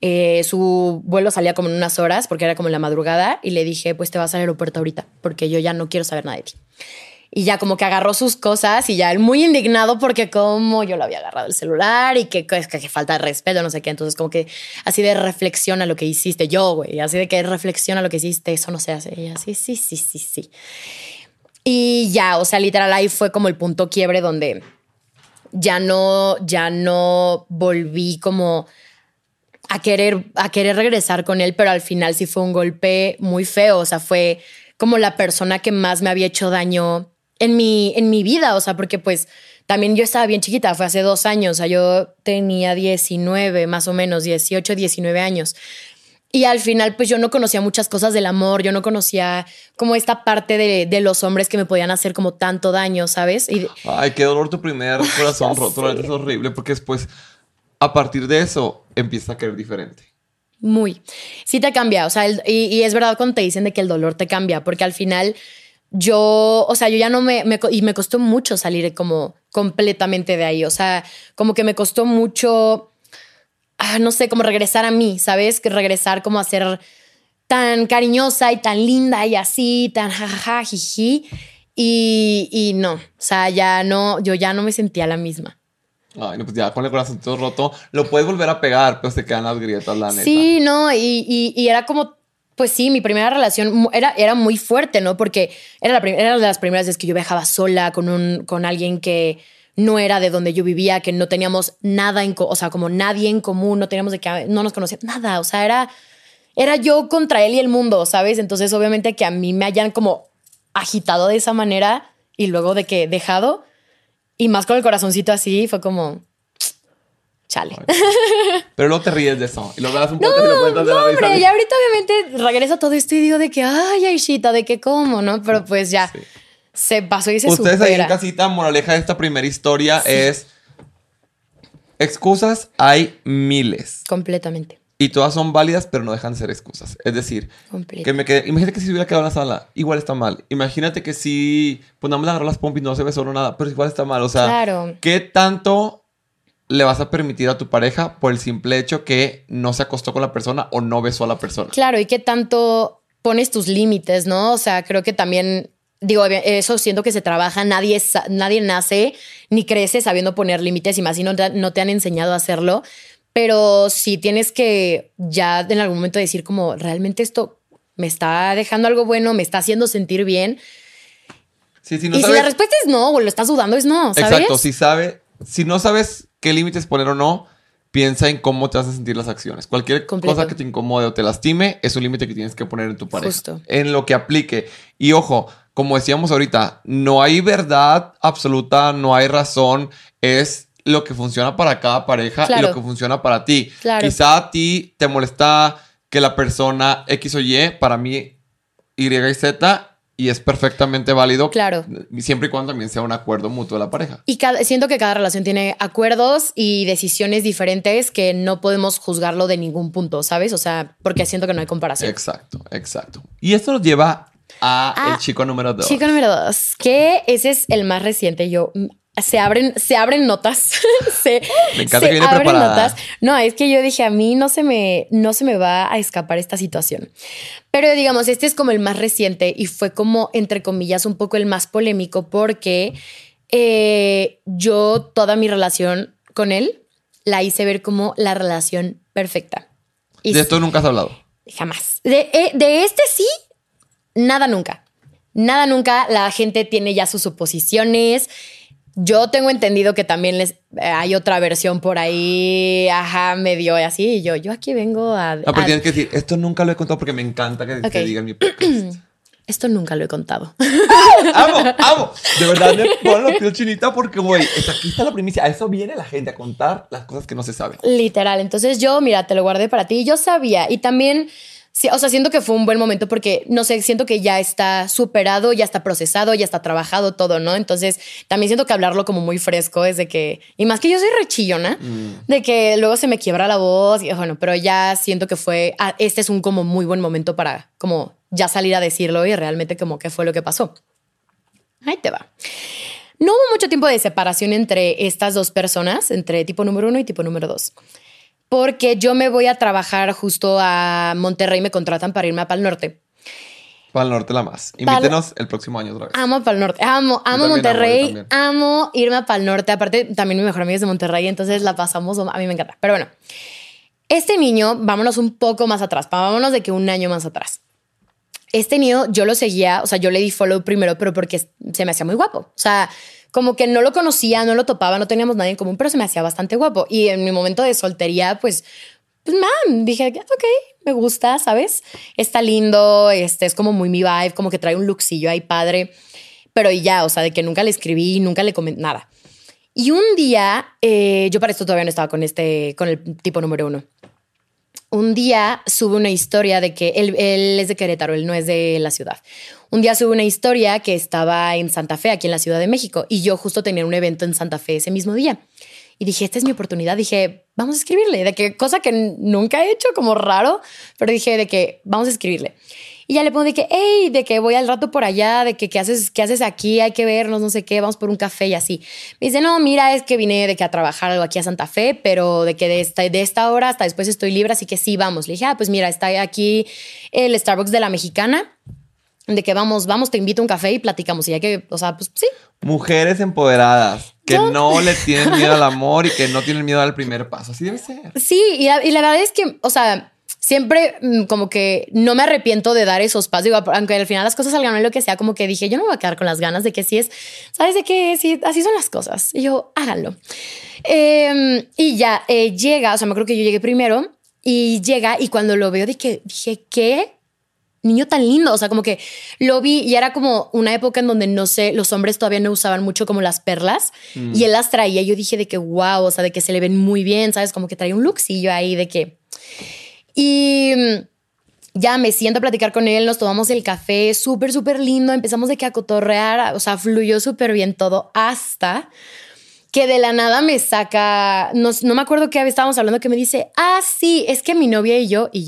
Su vuelo salía como en unas horas porque era como en la madrugada. Y le dije, pues te vas al aeropuerto ahorita porque yo ya no quiero saber nada de ti. Y ya como que agarró sus cosas y ya él muy indignado porque como yo le había agarrado el celular y que falta de respeto, no sé qué. Entonces como que así de reflexiona lo que hiciste yo, güey. Así de que reflexiona lo que hiciste, eso no se hace. Y así, sí. Y ya, o sea, literal ahí fue como el punto quiebre donde ya no volví como a querer regresar con él, pero al final sí fue un golpe muy feo. O sea, fue como la persona que más me había hecho daño en mi vida, o sea, porque pues también yo estaba bien chiquita, fue hace 2 años, o sea, yo tenía 19, más o menos, 18, 19 años. Y al final, pues yo no conocía muchas cosas del amor, yo no conocía como esta parte de los hombres que me podían hacer como tanto daño, ¿sabes? Ay, qué dolor tu primer corazón roto, es horrible, porque después, a partir de eso, empieza a querer diferente. Muy. Sí te cambia, o sea, y es verdad cuando te dicen de que el dolor te cambia, porque al final... yo ya no y me costó mucho salir como completamente de ahí. O sea, como que me costó mucho, no sé, como regresar a mí, ¿sabes? Que regresar como a ser tan cariñosa y tan linda y así, tan jajaja, jiji. Y no, o sea, yo ya no me sentía la misma. Ay, no, pues ya con el corazón todo roto, lo puedes volver a pegar, pero te quedan las grietas, la neta. Sí, no, y era como... Pues sí, mi primera relación era muy fuerte, ¿no? Porque era de las primeras veces que yo viajaba sola con alguien que no era de donde yo vivía, que no teníamos nada o sea, como nadie en común, no nos conocía nada. O sea, era yo contra él y el mundo, ¿sabes? Entonces, obviamente que a mí me hayan como agitado de esa manera y luego de que dejado y más con el corazoncito así, fue como... chale. Pero luego te ríes de eso. Y lo das un poco y lo cuentas de la risa. Hombre, ya ahorita obviamente regreso todo esto y digo de que, ay, Aishita, de que cómo, ¿no? Pero pues ya se pasó y se supera. Ustedes ahí en casita, moraleja de esta primera historia es... Excusas hay miles. Completamente. Y todas son válidas, pero no dejan de ser excusas. Es decir, imagínate que si hubiera quedado en la sala, igual está mal. Imagínate que si, pues nada más le agarró las pompis, no se besó nada, pero igual está mal. O sea, claro. ¿Qué tanto le vas a permitir a tu pareja por el simple hecho que no se acostó con la persona o no besó a la persona? Claro, y qué tanto pones tus límites, ¿no? O sea, creo que también... Digo, eso siento que se trabaja. Nadie nace ni crece sabiendo poner límites y más si no te han enseñado a hacerlo. Pero si tienes que ya en algún momento decir como realmente esto me está dejando algo bueno, me está haciendo sentir bien. Sí, si no y sabes, si la respuesta es no o lo estás dudando es no, ¿sabes? Exacto. Si no sabes qué límites poner o no, piensa en cómo te vas a sentir las acciones. Cualquier cosa que te incomode o te lastime es un límite que tienes que poner en tu pareja. Justo. En lo que aplique. Y ojo, como decíamos ahorita, no hay verdad absoluta, no hay razón. Es lo que funciona para cada pareja y lo que funciona para ti. Claro. Quizá a ti te molesta que la persona X o Y, para mí Y y Z... Y es perfectamente válido. Claro. Siempre y cuando también sea un acuerdo mutuo de la pareja. Y siento que cada relación tiene acuerdos y decisiones diferentes que no podemos juzgarlo de ningún punto, ¿sabes? O sea, porque siento que no hay comparación. Exacto. Y esto nos lleva a el chico número 2. Chico número 2, que ese es el más reciente. Se abren notas. Me encanta que viene preparada. Notas. No, es que yo dije, a mí no se me va a escapar esta situación. Pero digamos, este es como el más reciente y fue como, entre comillas, un poco el más polémico porque yo toda mi relación con él la hice ver como la relación perfecta. Y ¿De esto nunca has hablado? Jamás. De este sí, nada nunca. Nada nunca. La gente tiene ya sus suposiciones. Yo tengo entendido que también hay otra versión por ahí, medio así. Y yo aquí vengo a... No, pero tienes que decir, esto nunca lo he contado porque me encanta que digan mi podcast. Esto nunca lo he contado. ¡Amo! De verdad me pongo la piel chinita porque, güey, aquí está la primicia. A eso viene la gente, a contar las cosas que no se saben. Literal. Entonces yo, mira, te lo guardé para ti. Yo sabía. Y también... Sí, o sea, siento que fue un buen momento porque, no sé, siento que ya está superado, ya está procesado, ya está trabajado todo, ¿no? Entonces, también siento que hablarlo como muy fresco es de que... Y más que yo soy rechillona, de que luego se me quiebra la voz. Y bueno, pero ya siento que este es un como muy buen momento para como ya salir a decirlo y realmente como qué fue lo que pasó. Ahí te va. No hubo mucho tiempo de separación entre estas dos personas, entre tipo número 1 y tipo número 2. Porque yo me voy a trabajar justo a Monterrey, me contratan para irme a Pal Norte. Pal Norte la más. Invítenos el próximo año otra vez. Amo Pal Norte, amo Monterrey, amo irme a Pal Norte. Aparte, también mi mejor amiga es de Monterrey, entonces la pasamos, a mí me encanta. Pero bueno, este niño, vámonos un poco más atrás, vámonos de que un año más atrás. Este niño yo lo seguía, o sea, yo le di follow primero, pero porque se me hacía muy guapo. O sea, como que no lo conocía, no lo topaba, no teníamos nadie en común, pero se me hacía bastante guapo. Y en mi momento de soltería, pues dije, ok, me gusta, ¿sabes? Está lindo, es como muy mi vibe, como que trae un lookcillo ahí padre. Pero y ya, o sea, de que nunca le escribí, nunca le comenté nada. Y un día, yo para esto todavía no estaba con el tipo número 1. Un día sube una historia de que él es de Querétaro, él no es de la ciudad. Un día sube una historia que estaba en Santa Fe, aquí en la Ciudad de México, y yo justo tenía un evento en Santa Fe ese mismo día. Y dije, esta es mi oportunidad. Dije, vamos a escribirle. De que cosa que nunca he hecho, como raro, pero dije de que vamos a escribirle. Y ya le pongo de que, hey, de que voy al rato por allá, de que qué haces aquí, hay que vernos, no sé qué, vamos por un café y así. Me dice, no, mira, es que vine de que a trabajar algo aquí a Santa Fe, pero de que de esta hora hasta después estoy libre, así que sí, vamos. Le dije, pues mira, está aquí el Starbucks de la Mexicana, de que vamos, te invito a un café y platicamos. Y ya que, o sea, pues sí. Mujeres empoderadas que no le tienen miedo al amor y que no tienen miedo al primer paso. Así debe ser. Sí, y la verdad es que, o sea, siempre como que no me arrepiento de dar esos pasos. Digo, aunque al final las cosas salgan mal, lo que sea, como que dije, yo no me voy a quedar con las ganas de que sí es, ¿sabes de qué? Sí, así son las cosas. Y yo, háganlo. Y ya llega, o sea, me acuerdo que yo llegué primero y llega y cuando lo veo dije, ¿qué niño tan lindo. O sea, como que lo vi y era como una época en donde, no sé, los hombres todavía no usaban mucho como las perlas y él las traía. Yo dije de que wow, o sea, de que se le ven muy bien, ¿sabes? Como que traía un lookcillo ahí de que... Y ya me siento a platicar con él, nos tomamos el café, súper, súper lindo. Empezamos de que a cotorrear, o sea, fluyó súper bien todo hasta... que de la nada me saca, no me acuerdo qué estábamos hablando, que me dice, sí, es que mi novia y yo,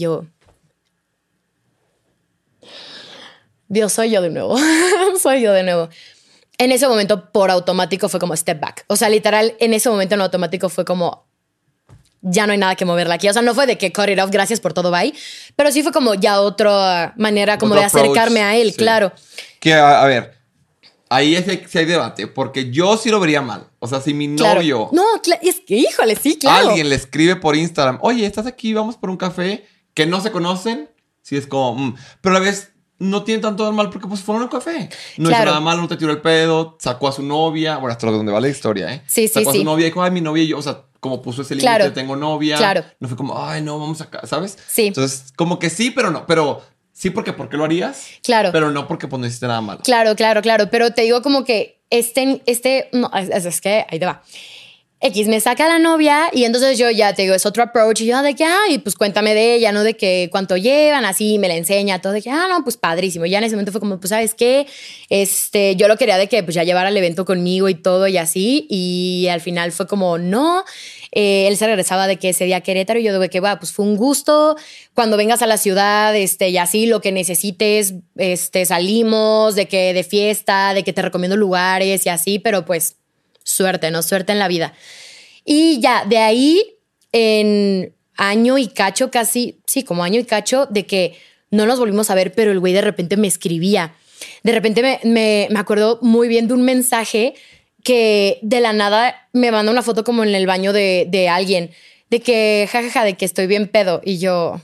Dios, soy yo de nuevo, soy yo de nuevo. En ese momento, por automático, fue como step back. O sea, literal, en ese momento en automático fue como, ya no hay nada que moverla aquí. O sea, no fue de que cut it off, gracias por todo, bye. Pero sí fue como ya otra manera como otro de acercarme approach, a él, sí. claro. Que, a ver... Ahí sí hay debate, porque yo sí lo vería mal. O sea, si mi novio... No, es que, híjole, sí, claro. Alguien le escribe por Instagram, oye, ¿estás aquí? Vamos por un café. Que no se conocen. Sí es como... Pero a la vez no tiene tanto de mal porque pues fueron a un café. No hizo nada malo, no te tiró el pedo. Sacó a su novia. Bueno, hasta donde va la historia, ¿eh? Sí, sacó a su novia y dijo, ay, mi novia y yo... O sea, como puso ese límite, tengo novia. Claro. No fue como, ay, no, vamos acá, ¿sabes? Sí. Entonces, como que sí, pero no. Pero... Sí, porque ¿por qué lo harías? Claro. Pero no porque pues no hiciste nada malo. Claro. Pero te digo como que no, es que ahí te va. X me saca la novia y entonces yo ya te digo, es otro approach y yo de que, pues cuéntame de ella, ¿no? De que cuánto llevan, así me la enseña, todo de que, no, pues padrísimo. Y ya en ese momento fue como, pues, ¿sabes qué? Yo lo quería de que pues ya llevara el evento conmigo y todo y así. Y al final fue como, no. Él se regresaba de que ese día a Querétaro y yo de que, pues fue un gusto. Cuando vengas a la ciudad, y así lo que necesites, salimos, de que de fiesta, de que te recomiendo lugares y así, pero pues suerte, ¿no? Suerte en la vida. Y ya, de ahí, en año y cacho casi, sí, como año y cacho, de que no nos volvimos a ver, pero el güey de repente me escribía. De repente me acuerdo muy bien de un mensaje que de la nada me manda una foto como en el baño de alguien, de que, jajaja, de que estoy bien pedo. Y yo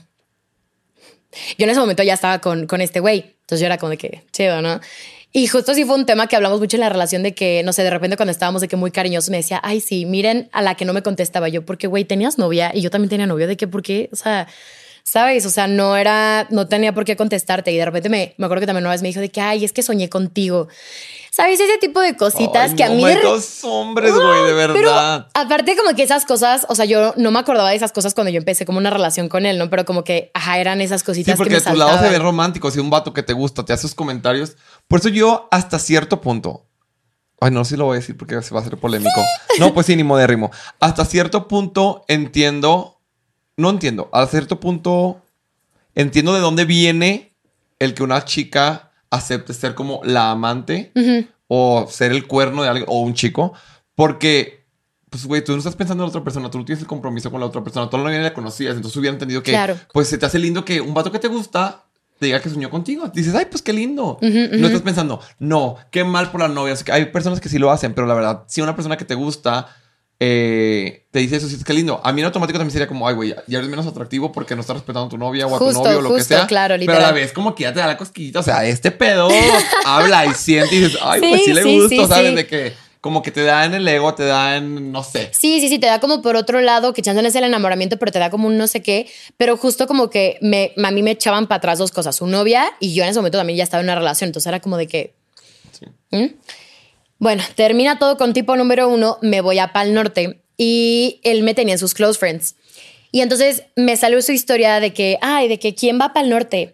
en ese momento ya estaba con este güey. Entonces yo era como de que chido, ¿no? Y justo sí fue un tema que hablamos mucho en la relación de que, no sé, de repente cuando estábamos de que muy cariñosos me decía, ay, sí, miren a la que no me contestaba yo, porque, güey, tenías novia y yo también tenía novio, de que, ¿por qué? O sea, ¿sabes? O sea, no tenía por qué contestarte. Y de repente me acuerdo que también una vez me dijo de que, ay, es que soñé contigo. ¿Sabes? Ese tipo de cositas que a mí... Dos hombres, güey, de verdad. Pero aparte como que esas cosas, o sea, yo no me acordaba de esas cosas cuando yo empecé como una relación con él, ¿no? Pero como que, eran esas cositas que me saltaban. Sí, porque de tu lado se ve romántico. Si un vato que te gusta te hace sus comentarios. Por eso yo hasta cierto punto... Ay, no sé si lo voy a decir porque se va a hacer polémico. No, pues sí, ni modérrimo. Hasta cierto punto entiendo... No entiendo. A cierto punto entiendo de dónde viene el que una chica acepte ser como la amante o ser el cuerno de alguien o un chico. Porque, pues, güey, tú no estás pensando en la otra persona. Tú no tienes el compromiso con la otra persona. Tú no la conocías. Entonces hubiera entendido que, pues, se te hace lindo que un vato que te gusta te diga que soñó contigo. Dices, ay, pues qué lindo. No estás pensando, no, qué mal por la novia. O sea, hay personas que sí lo hacen, pero la verdad, si una persona que te gusta te dice eso, sí, es que lindo. A mí en automático también sería como, ay, güey, ya eres menos atractivo porque no estás respetando a tu novia o a tu novio o lo que sea. Claro, literal. Pero a la vez como que ya te da la cosquillita. O sea, este pedo habla y siente y dices, ay, pues sí le gusta, ¿sabes? De que como que te da en el ego, te da en, no sé. Sí, te da como por otro lado, que chance no es el enamoramiento, pero te da como un no sé qué. Pero justo como que a mí me echaban para atrás dos cosas. Su novia y yo en ese momento también ya estaba en una relación. Entonces era como de que... Sí. Bueno, termina todo con tipo número 1, me voy a Pal Norte y él me tenía en sus close friends. Y entonces me salió su historia de que, de que ¿quién va Pal Norte?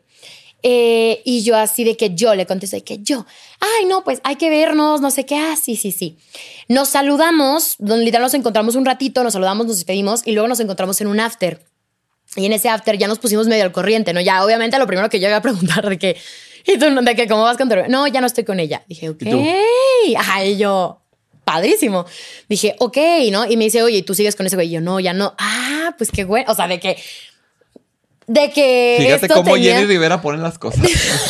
Y yo así de que yo le contesté de que yo, no, pues hay que vernos, no sé qué, sí. Nos saludamos, donde literal nos encontramos un ratito, nos saludamos, nos despedimos y luego nos encontramos en un after. Y en ese after ya nos pusimos medio al corriente, ¿no? Ya obviamente lo primero que yo iba a preguntar de que, ¿y tú de que cómo vas con tu novia? No, ya no estoy con ella. Dije, ok. Y yo, padrísimo. Dije, ok, ¿no? Y me dice, oye, ¿y tú sigues con ese güey? Y yo, no, ya no. Pues qué güey. O sea, de que fíjate cómo Jenny Rivera pone las cosas.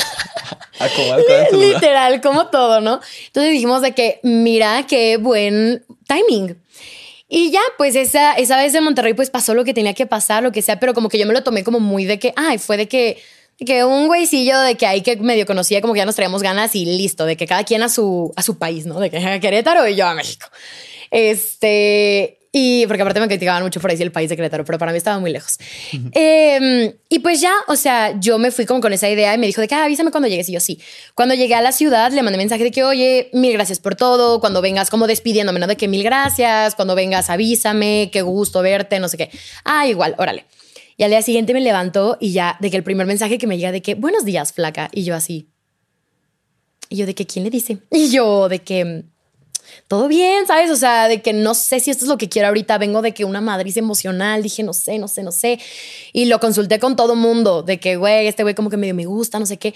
Literal, como todo, ¿no? Entonces dijimos de que, mira, qué buen timing. Y ya, pues esa vez de Monterrey, pues pasó lo que tenía que pasar, lo que sea, pero como que yo me lo tomé como muy de que, fue de que un güeycillo de que ahí que medio conocía, como que ya nos traíamos ganas y listo, de que cada quien a su país, ¿no? De que a Querétaro y yo a México. Y porque aparte me criticaban mucho por ahí el país de Querétaro, pero para mí estaba muy lejos. Y pues ya, o sea, yo me fui como con esa idea y me dijo de que avísame cuando llegues. Y yo sí. Cuando llegué a la ciudad le mandé mensaje de que, oye, mil gracias por todo. Cuando vengas como despidiéndome, ¿no? De que mil gracias. Cuando vengas avísame, qué gusto verte, no sé qué. Igual, órale. Y al día siguiente me levantó y ya de que el primer mensaje que me llega de que buenos días, flaca. Y yo así. Y yo de que ¿quién le dice? Y yo de que todo bien, ¿sabes? O sea, de que no sé si esto es lo que quiero ahorita. Vengo de que una madriz emocional. Dije, no sé. Y lo consulté con todo mundo. De que, güey, este güey como que medio me gusta, no sé qué.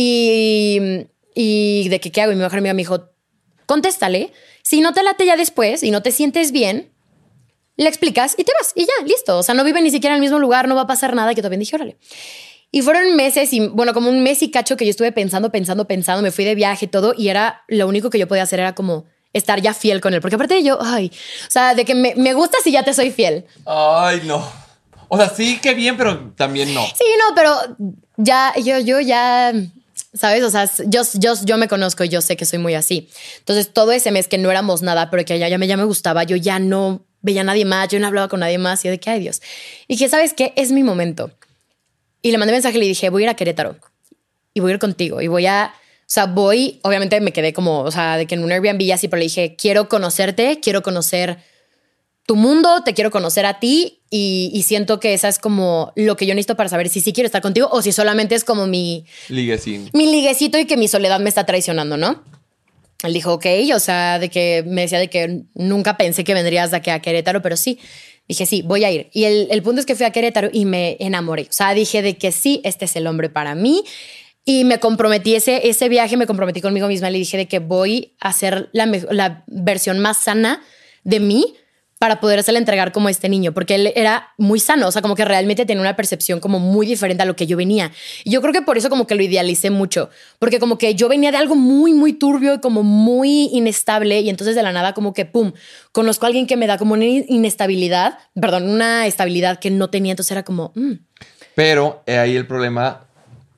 Y de que, ¿qué hago? Y mi mejor amiga me dijo, contéstale. Si no te late ya después y no te sientes bien, le explicas y te vas. Y ya, listo. O sea, no viven ni siquiera en el mismo lugar. No va a pasar nada. Que también dije, órale. Y fueron meses y, bueno, como un mes y cacho que yo estuve pensando. Me fui de viaje y todo. Y era lo único que yo podía hacer era como estar ya fiel con él. Porque aparte de yo, o sea, de que me gusta si ya te soy fiel. Ay, no. O sea, sí, qué bien, pero también no. Sí, no, pero ya, yo ya, ¿sabes? O sea, yo me conozco y yo sé que soy muy así. Entonces, todo ese mes que no éramos nada, pero que ya me gustaba, yo ya no veía a nadie más, yo no hablaba con nadie más. Y yo de que, ay, Dios. Y dije, ¿sabes qué? Es mi momento. Y le mandé mensaje y le dije, voy a ir a Querétaro y voy a ir contigo y obviamente me quedé como, o sea, de que en un Airbnb y así, pero le dije, quiero conocerte, quiero conocer tu mundo, te quiero conocer a ti y siento que esa es como lo que yo necesito para saber si sí quiero estar contigo o si solamente es como mi liguecito y que mi soledad me está traicionando, ¿no? Él dijo, ok, o sea, de que me decía de que nunca pensé que vendrías de aquí a Querétaro, pero sí. Dije, sí, voy a ir. Y el punto es que fui a Querétaro y me enamoré. O sea, dije de que sí, este es el hombre para mí. Y me comprometí, ese viaje me comprometí conmigo misma. Le dije de que voy a hacer la versión más sana de mí para podérsela entregar como este niño, porque él era muy sano, o sea, como que realmente tenía una percepción como muy diferente a lo que yo venía. Y yo creo que por eso como que lo idealicé mucho, porque como que yo venía de algo muy, muy turbio y como muy inestable y entonces de la nada como que, pum, conozco a alguien que me da como una una estabilidad que no tenía, entonces era como... Pero ahí el problema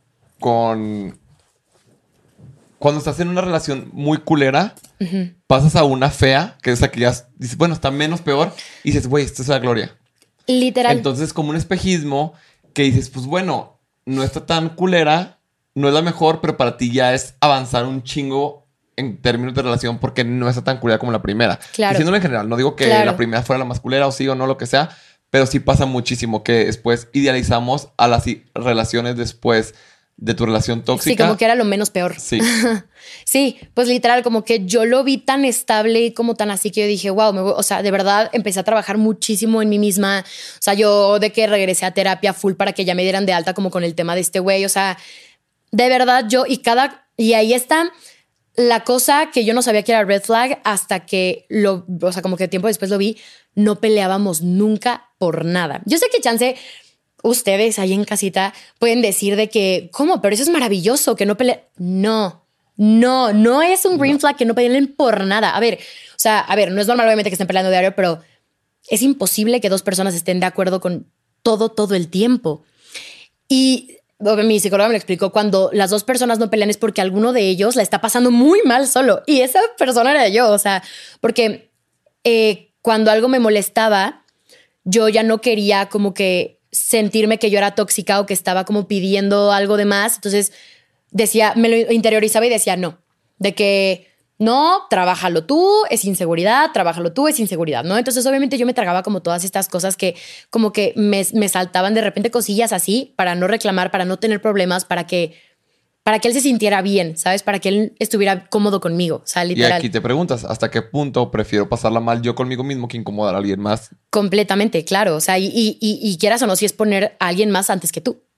cuando estás en una relación muy culera, pasas a una fea, que es la que ya dices, bueno, está menos peor, y dices, güey, esto es la gloria. Literal. Entonces, como un espejismo que dices, pues bueno, no está tan culera, no es la mejor, pero para ti ya es avanzar un chingo en términos de relación porque no está tan culera como la primera. Claro. Diciéndolo en general, no digo que la primera fuera la más culera o sí o no, lo que sea, pero sí pasa muchísimo que después idealizamos a las relaciones después de tu relación tóxica. Sí, como que era lo menos peor. Sí. Sí, pues literal, como que yo lo vi tan estable y como tan así que yo dije, wow, o sea, de verdad empecé a trabajar muchísimo en mí misma. O sea, yo de que regresé a terapia full para que ya me dieran de alta como con el tema de este güey. O sea, de verdad y ahí está la cosa que yo no sabía que era red flag hasta que o sea, como que tiempo después lo vi, no peleábamos nunca por nada. Yo sé que chance... Ustedes ahí en casita pueden decir de que, ¿cómo? Pero eso es maravilloso, que no peleen. No es un green flag que no peleen por nada. A ver, no es normal obviamente que estén peleando diario, pero es imposible que dos personas estén de acuerdo con todo el tiempo. Y mi psicóloga me lo explicó, cuando las dos personas no pelean es porque alguno de ellos la está pasando muy mal solo. Y esa persona era yo, o sea, porque cuando algo me molestaba, yo ya no quería como que sentirme que yo era tóxica o que estaba como pidiendo algo de más. Entonces me lo interiorizaba y decía no, de que no, trabájalo tú, es inseguridad, ¿no? Entonces obviamente yo me tragaba como todas estas cosas que como que me saltaban de repente cosillas así para no reclamar, para no tener problemas, para que él se sintiera bien, ¿sabes? Para que él estuviera cómodo conmigo, o sea, literal. Y aquí te preguntas, ¿hasta qué punto prefiero pasarla mal yo conmigo mismo que incomodar a alguien más? Completamente, claro. O sea, y quieras o no, si es poner a alguien más antes que tú.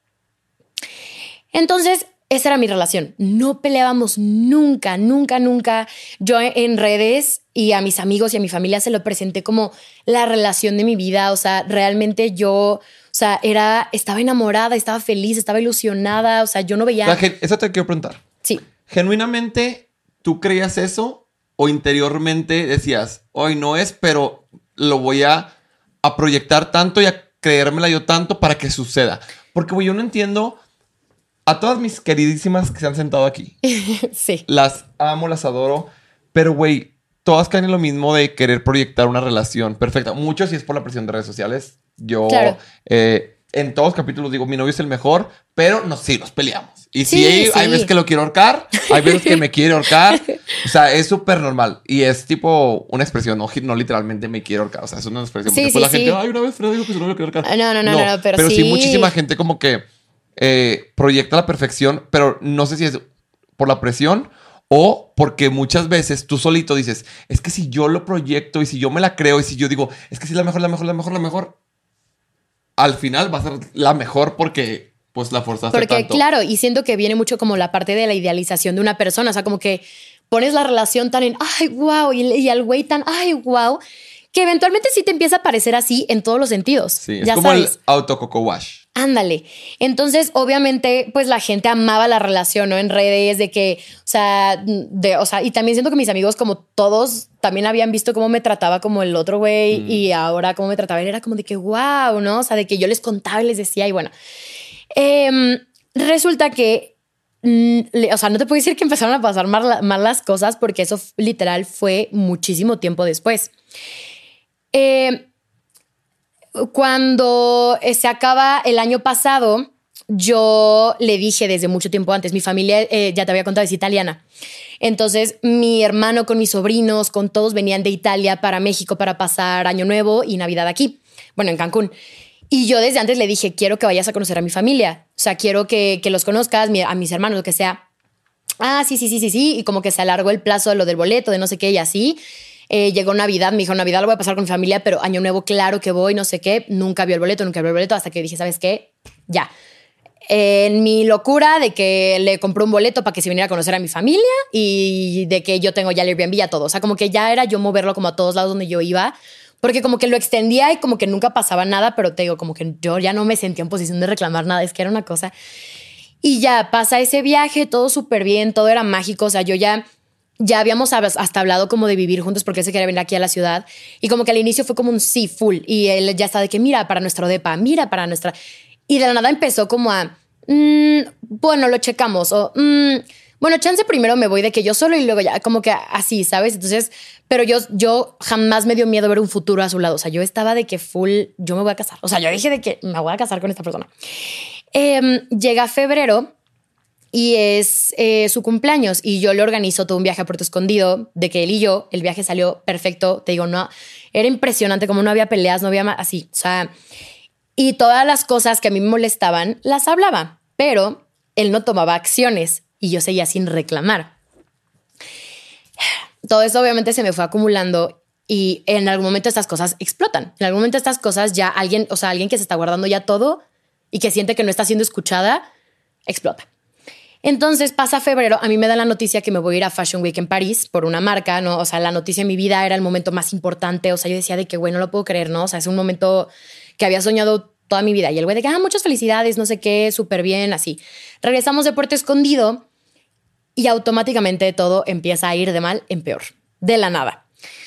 Entonces, esa era mi relación. No peleábamos nunca. Yo en redes y a mis amigos y a mi familia se lo presenté como la relación de mi vida. O sea, realmente yo... O sea, estaba enamorada, estaba feliz, estaba ilusionada. O sea, yo no veía... O sea, eso te quiero preguntar. Sí. ¿Genuinamente tú creías eso o interiormente decías, hoy no es, pero lo voy a proyectar tanto y a creérmela yo tanto para que suceda? Porque, güey, yo no entiendo a todas mis queridísimas que se han sentado aquí. Sí. Las amo, las adoro. Pero, güey, todas caen en lo mismo de querer proyectar una relación perfecta. Mucho si es por la presión de redes sociales. Yo en todos los capítulos digo, mi novio es el mejor, pero sí, nos peleamos. Y sí, hay veces que lo quiero ahorcar, hay veces que me quiere ahorcar. O sea, es súper normal. Y es tipo una expresión, no literalmente me quiere ahorcar. O sea, es una expresión. Porque la gente, ay, una vez Fredo dijo que su novio lo quiere ahorcar. No, pero sí muchísima gente como que proyecta la perfección, pero no sé si es por la presión o porque muchas veces tú solito dices, es que si yo lo proyecto y si yo me la creo y si yo digo, es que si la mejor, al final va a ser la mejor porque pues la forzaste tanto. Porque claro, y siento que viene mucho como la parte de la idealización de una persona, o sea, como que pones la relación tan en, ay, wow, y al güey tan, ay, wow, que eventualmente sí te empieza a parecer así en todos los sentidos. Sí, es como sabes. El autococo wash. Ándale. Entonces, obviamente, pues la gente amaba la relación, ¿no? En redes de que, o sea, y también siento que mis amigos, como todos, también habían visto cómo me trataba como el otro güey y ahora cómo me trataba él. Era como de que, wow, ¿no? O sea, de que yo les contaba y les decía y bueno. Resulta que, o sea, no te puedo decir que empezaron a pasar mal las cosas porque eso literal fue muchísimo tiempo después. Cuando se acaba el año pasado, yo le dije desde mucho tiempo antes, mi familia, ya te había contado, es italiana. Entonces, mi hermano con mis sobrinos, con todos venían de Italia para México para pasar Año Nuevo y Navidad aquí, bueno, en Cancún. Y yo desde antes le dije, quiero que vayas a conocer a mi familia. O sea, quiero que los conozcas, a mis hermanos, lo que sea. Ah, sí. Y como que se alargó el plazo de lo del boleto, de no sé qué y así. Llegó Navidad, me dijo, Navidad lo voy a pasar con mi familia, pero Año Nuevo, claro que voy, no sé qué. Nunca vio el boleto, hasta que dije, ¿sabes qué? Ya. En mi locura de que le compré un boleto para que se viniera a conocer a mi familia y de que yo tengo ya el Airbnb y a todo. O sea, como que ya era yo moverlo como a todos lados donde yo iba, porque como que lo extendía y como que nunca pasaba nada, pero te digo, como que yo ya no me sentía en posición de reclamar nada, es que era una cosa. Y ya pasa ese viaje, todo súper bien, todo era mágico, o sea, yo ya habíamos hasta hablado como de vivir juntos porque él se quería venir aquí a la ciudad. Y como que al inicio fue como un sí full. Y él ya está de que mira para nuestro depa, mira para nuestra... Y de la nada empezó como a... bueno, lo checamos. O bueno, chance primero me voy de que yo solo y luego ya como que así, ¿sabes? Entonces, pero yo jamás me dio miedo ver un futuro a su lado. O sea, yo estaba de que full, yo me voy a casar. O sea, yo dije de que me voy a casar con esta persona. Llega febrero y es su cumpleaños y yo le organizo todo un viaje a Puerto Escondido de que él y yo, el viaje salió perfecto. Te digo, no, era impresionante como no había peleas, no había más, así, o sea, y todas las cosas que a mí me molestaban las hablaba, pero él no tomaba acciones y yo seguía sin reclamar. Todo eso obviamente se me fue acumulando y en algún momento estas cosas explotan. En algún momento estas cosas ya alguien que se está guardando ya todo y que siente que no está siendo escuchada, explota. Entonces pasa febrero, a mí me da la noticia que me voy a ir a Fashion Week en París por una marca, ¿no? O sea, la noticia en mi vida era el momento más importante. O sea, yo decía de que, güey, no lo puedo creer, ¿no? O sea, es un momento que había soñado toda mi vida. Y el güey de que, muchas felicidades, no sé qué, súper bien, así. Regresamos de Puerto Escondido y automáticamente todo empieza a ir de mal en peor, de la nada.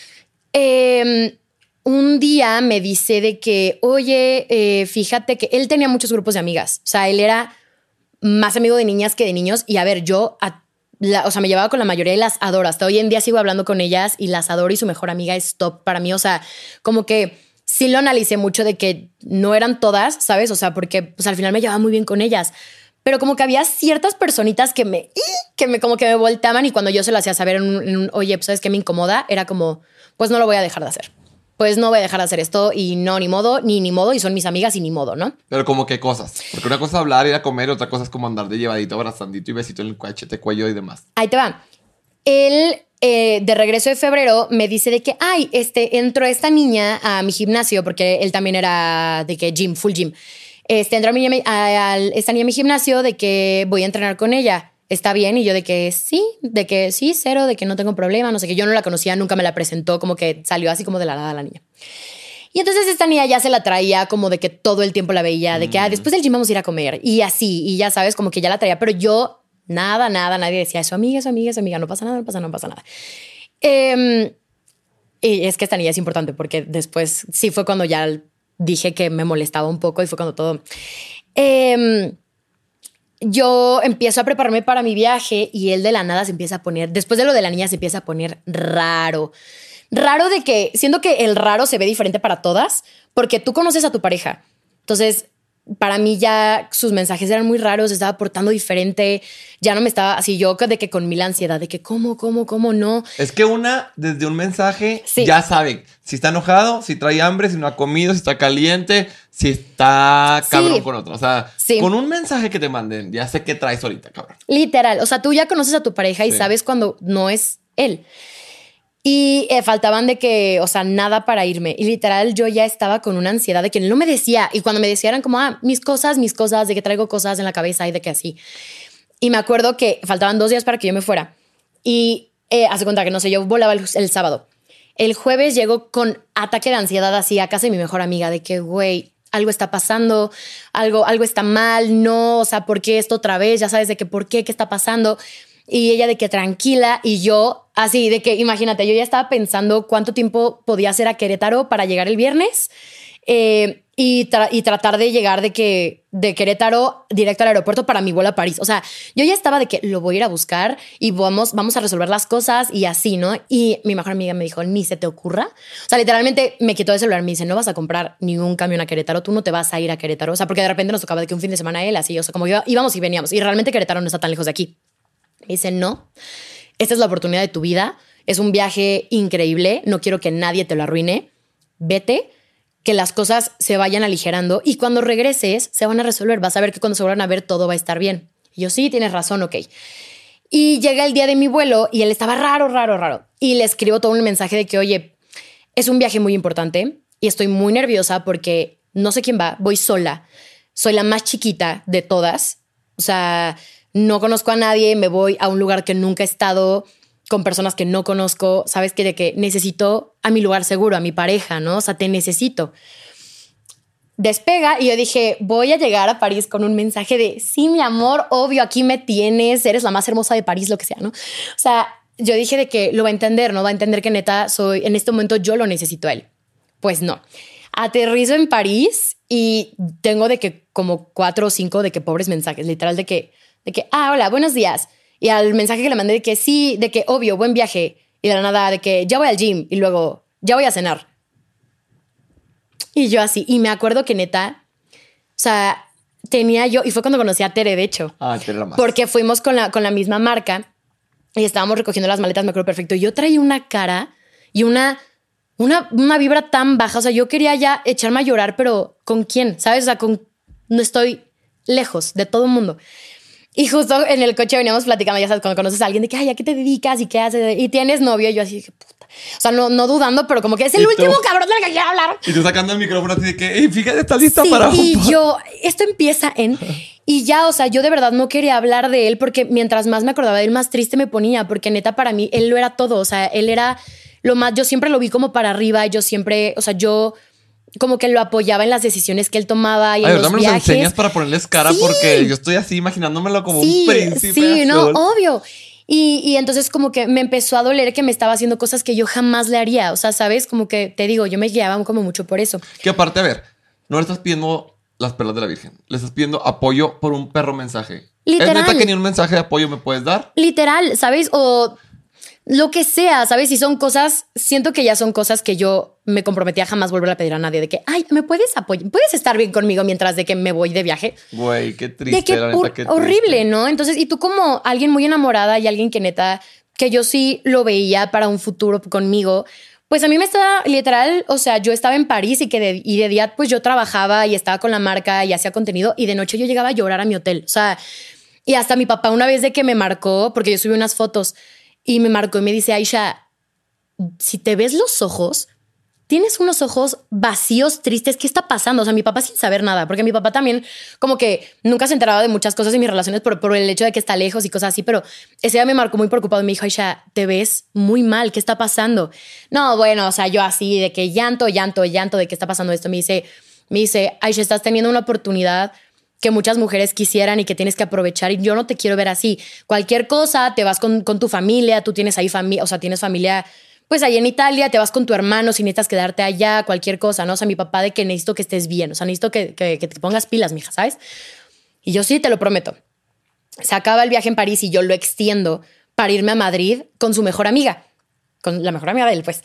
Un día me dice de que, oye, fíjate que él tenía muchos grupos de amigas. O sea, él era más amigo de niñas que de niños. Y a ver, yo, o sea, me llevaba con la mayoría y las adoro. Hasta hoy en día sigo hablando con ellas y las adoro y su mejor amiga es top para mí. O sea, como que sí lo analicé mucho de que no eran todas, ¿sabes? O sea, porque pues al final me llevaba muy bien con ellas. Pero como que había ciertas personitas que me como que me volteaban y cuando yo se lo hacía saber oye, pues, ¿sabes qué me incomoda? Era como, pues no lo voy a dejar de hacer. Pues no voy a dejar de hacer esto y no, ni modo, y son mis amigas y ni modo, ¿no? Pero como qué cosas. Porque una cosa es hablar, ir a comer, otra cosa es como andar de llevadito, abrazandito y besito en el cachete, cuello y demás. Ahí te va. Él, de regreso de febrero, me dice de que, entró esta niña a mi gimnasio, porque él también era de que gym, full gym. Entró esta niña a mi gimnasio de que voy a entrenar con ella. ¿Está bien? Y yo de que sí, cero, de que no tengo problema, no sé, que yo no la conocía, nunca me la presentó, como que salió así como de la nada la niña. Y entonces esta niña ya se la traía como de que todo el tiempo la veía, de que después del gym vamos a ir a comer. Y así, y ya sabes, como que ya la traía, pero yo nada, nadie decía, es su amiga, no pasa nada. Y es que esta niña es importante porque después sí fue cuando ya dije que me molestaba un poco y fue cuando todo... yo empiezo a prepararme para mi viaje y él de la nada se empieza a poner, después de lo de la niña se empieza a poner raro. Raro de que, siendo que el raro se ve diferente para todas, porque tú conoces a tu pareja. Entonces, para mí ya sus mensajes eran muy raros, se estaba portando diferente, ya no me estaba así yo de que con mil ansiedad, de que cómo no. Es que desde un mensaje ya sabe si está enojado, si trae hambre, si no ha comido, si está caliente, si está cabrón con otro. O sea, con un mensaje que te manden, ya sé qué traes ahorita, cabrón. Literal, o sea, tú ya conoces a tu pareja y sabes cuando no es él. Y faltaban de que, o sea, nada para irme. Y literal, yo ya estaba con una ansiedad de que él no me decía. Y cuando me decía eran como, mis cosas, de que traigo cosas en la cabeza y de que así. Y me acuerdo que faltaban 2 días para que yo me fuera. Y hace cuenta que, no sé, yo volaba el sábado. El jueves llego con ataque de ansiedad así a casa de mi mejor amiga de que, güey, algo está pasando, algo está mal, no, o sea, ¿por qué esto otra vez? Ya sabes de que, ¿por qué? ¿Qué está pasando? Y ella de que tranquila y yo así de que imagínate, yo ya estaba pensando cuánto tiempo podía hacer a Querétaro para llegar el viernes y tratar de llegar de Querétaro directo al aeropuerto para mi vuelo a París. O sea, yo ya estaba de que lo voy a ir a buscar y vamos a resolver las cosas y así, ¿no? Y mi mejor amiga me dijo, ni se te ocurra. O sea, literalmente me quitó el celular, me dice, no vas a comprar ningún camión a Querétaro, tú no te vas a ir a Querétaro. O sea, porque de repente nos tocaba de que un fin de semana él así, o sea, como íbamos y veníamos y realmente Querétaro no está tan lejos de aquí. Me dice, no, esta es la oportunidad de tu vida. Es un viaje increíble. No quiero que nadie te lo arruine. Vete, que las cosas se vayan aligerando y cuando regreses se van a resolver. Vas a ver que cuando se vuelvan a ver todo va a estar bien. Y yo, sí, tienes razón, ok. Y llega el día de mi vuelo y él estaba raro. Y le escribo todo un mensaje de que, oye, es un viaje muy importante y estoy muy nerviosa porque no sé quién va, voy sola. Soy la más chiquita de todas. O sea, no conozco a nadie, me voy a un lugar que nunca he estado, con personas que no conozco, sabes que de que necesito a mi lugar seguro, a mi pareja, ¿no? O sea, te necesito. Despega y yo dije, voy a llegar a París con un mensaje de, sí, mi amor, obvio, aquí me tienes, eres la más hermosa de París, lo que sea, ¿no? O sea, yo dije de que lo va a entender, ¿no? Va a entender que neta en este momento yo lo necesito a él. Pues no. Aterrizo en París y tengo de que como 4 o 5 de que pobres mensajes, literal de que, hola, buenos días. Y al mensaje que le mandé de que sí, de que obvio, buen viaje. Y de la nada de que ya voy al gym y luego ya voy a cenar. Y yo así, y me acuerdo que neta, o sea, tenía yo, y fue cuando conocí a Tere, de hecho. Tere la más. Porque fuimos con la misma marca y estábamos recogiendo las maletas, me acuerdo perfecto. Y yo traía una cara y una vibra tan baja. O sea, yo quería ya echarme a llorar, pero ¿con quién? ¿Sabes? O sea, no estoy lejos de todo el mundo. Y justo en el coche veníamos platicando, ya sabes, cuando conoces a alguien de que, ay, ¿a qué te dedicas? ¿Y qué haces? Y tienes novio. Y yo así, puta. O sea, no dudando, pero como que es el último cabrón del que quiero hablar. Y tú sacando el micrófono así de que, fíjate, está lista para... Y yo, esto empieza en... Y ya, o sea, yo de verdad no quería hablar de él porque mientras más me acordaba de él, más triste me ponía. Porque neta, para mí, él lo era todo. O sea, él era lo más... Yo siempre lo vi como para arriba. Yo siempre... O sea, yo... como que lo apoyaba en las decisiones que él tomaba y en los viajes. Me los enseñas para ponerles cara porque yo estoy así imaginándomelo como un príncipe. Sí, azul. No, obvio. Y entonces como que me empezó a doler que me estaba haciendo cosas que yo jamás le haría. O sea, ¿sabes? Como que te digo, yo me guiaba como mucho por eso. Que aparte, a ver, no le estás pidiendo las perlas de la Virgen. Le estás pidiendo apoyo por un perro mensaje. Literal. ¿Es neta que ni un mensaje de apoyo me puedes dar? Literal, ¿sabes? O... lo que sea, ¿sabes? Si son cosas, siento que ya son cosas que yo me comprometí a jamás volver a pedir a nadie de que, ay, ¿me puedes apoyar? ¿Puedes estar bien conmigo mientras de que me voy de viaje? Güey, qué triste, de que la neta, qué horrible, triste. ¿no? Entonces, y tú como alguien muy enamorada y alguien que neta, que yo sí lo veía para un futuro conmigo, pues a mí me estaba literal, o sea, yo estaba en París y de día pues yo trabajaba y estaba con la marca y hacía contenido y de noche yo llegaba a llorar a mi hotel. O sea, y hasta mi papá una vez de que me marcó, porque yo subí unas fotos, y me marcó y me dice, Aisha, si te ves los ojos, tienes unos ojos vacíos, tristes. ¿Qué está pasando? O sea, mi papá sin saber nada, porque mi papá también como que nunca se enteraba de muchas cosas en mis relaciones por el hecho de que está lejos y cosas así, pero ese día me marcó muy preocupado y me dijo, Aisha, te ves muy mal. ¿Qué está pasando? No, bueno, o sea, yo así de que llanto, de qué está pasando esto. Me dice, Aisha, estás teniendo una oportunidad que muchas mujeres quisieran y que tienes que aprovechar y yo no te quiero ver así. Cualquier cosa, te vas con tu familia, tú tienes ahí familia, o sea, tienes familia pues ahí en Italia, te vas con tu hermano si necesitas quedarte allá, cualquier cosa, ¿no? O sea, mi papá de que necesito que estés bien, o sea, necesito que te pongas pilas, mija, ¿sabes? Y yo sí, te lo prometo. se acaba el viaje en París y yo lo extiendo para irme a Madrid con su mejor amiga, con la mejor amiga de él, pues.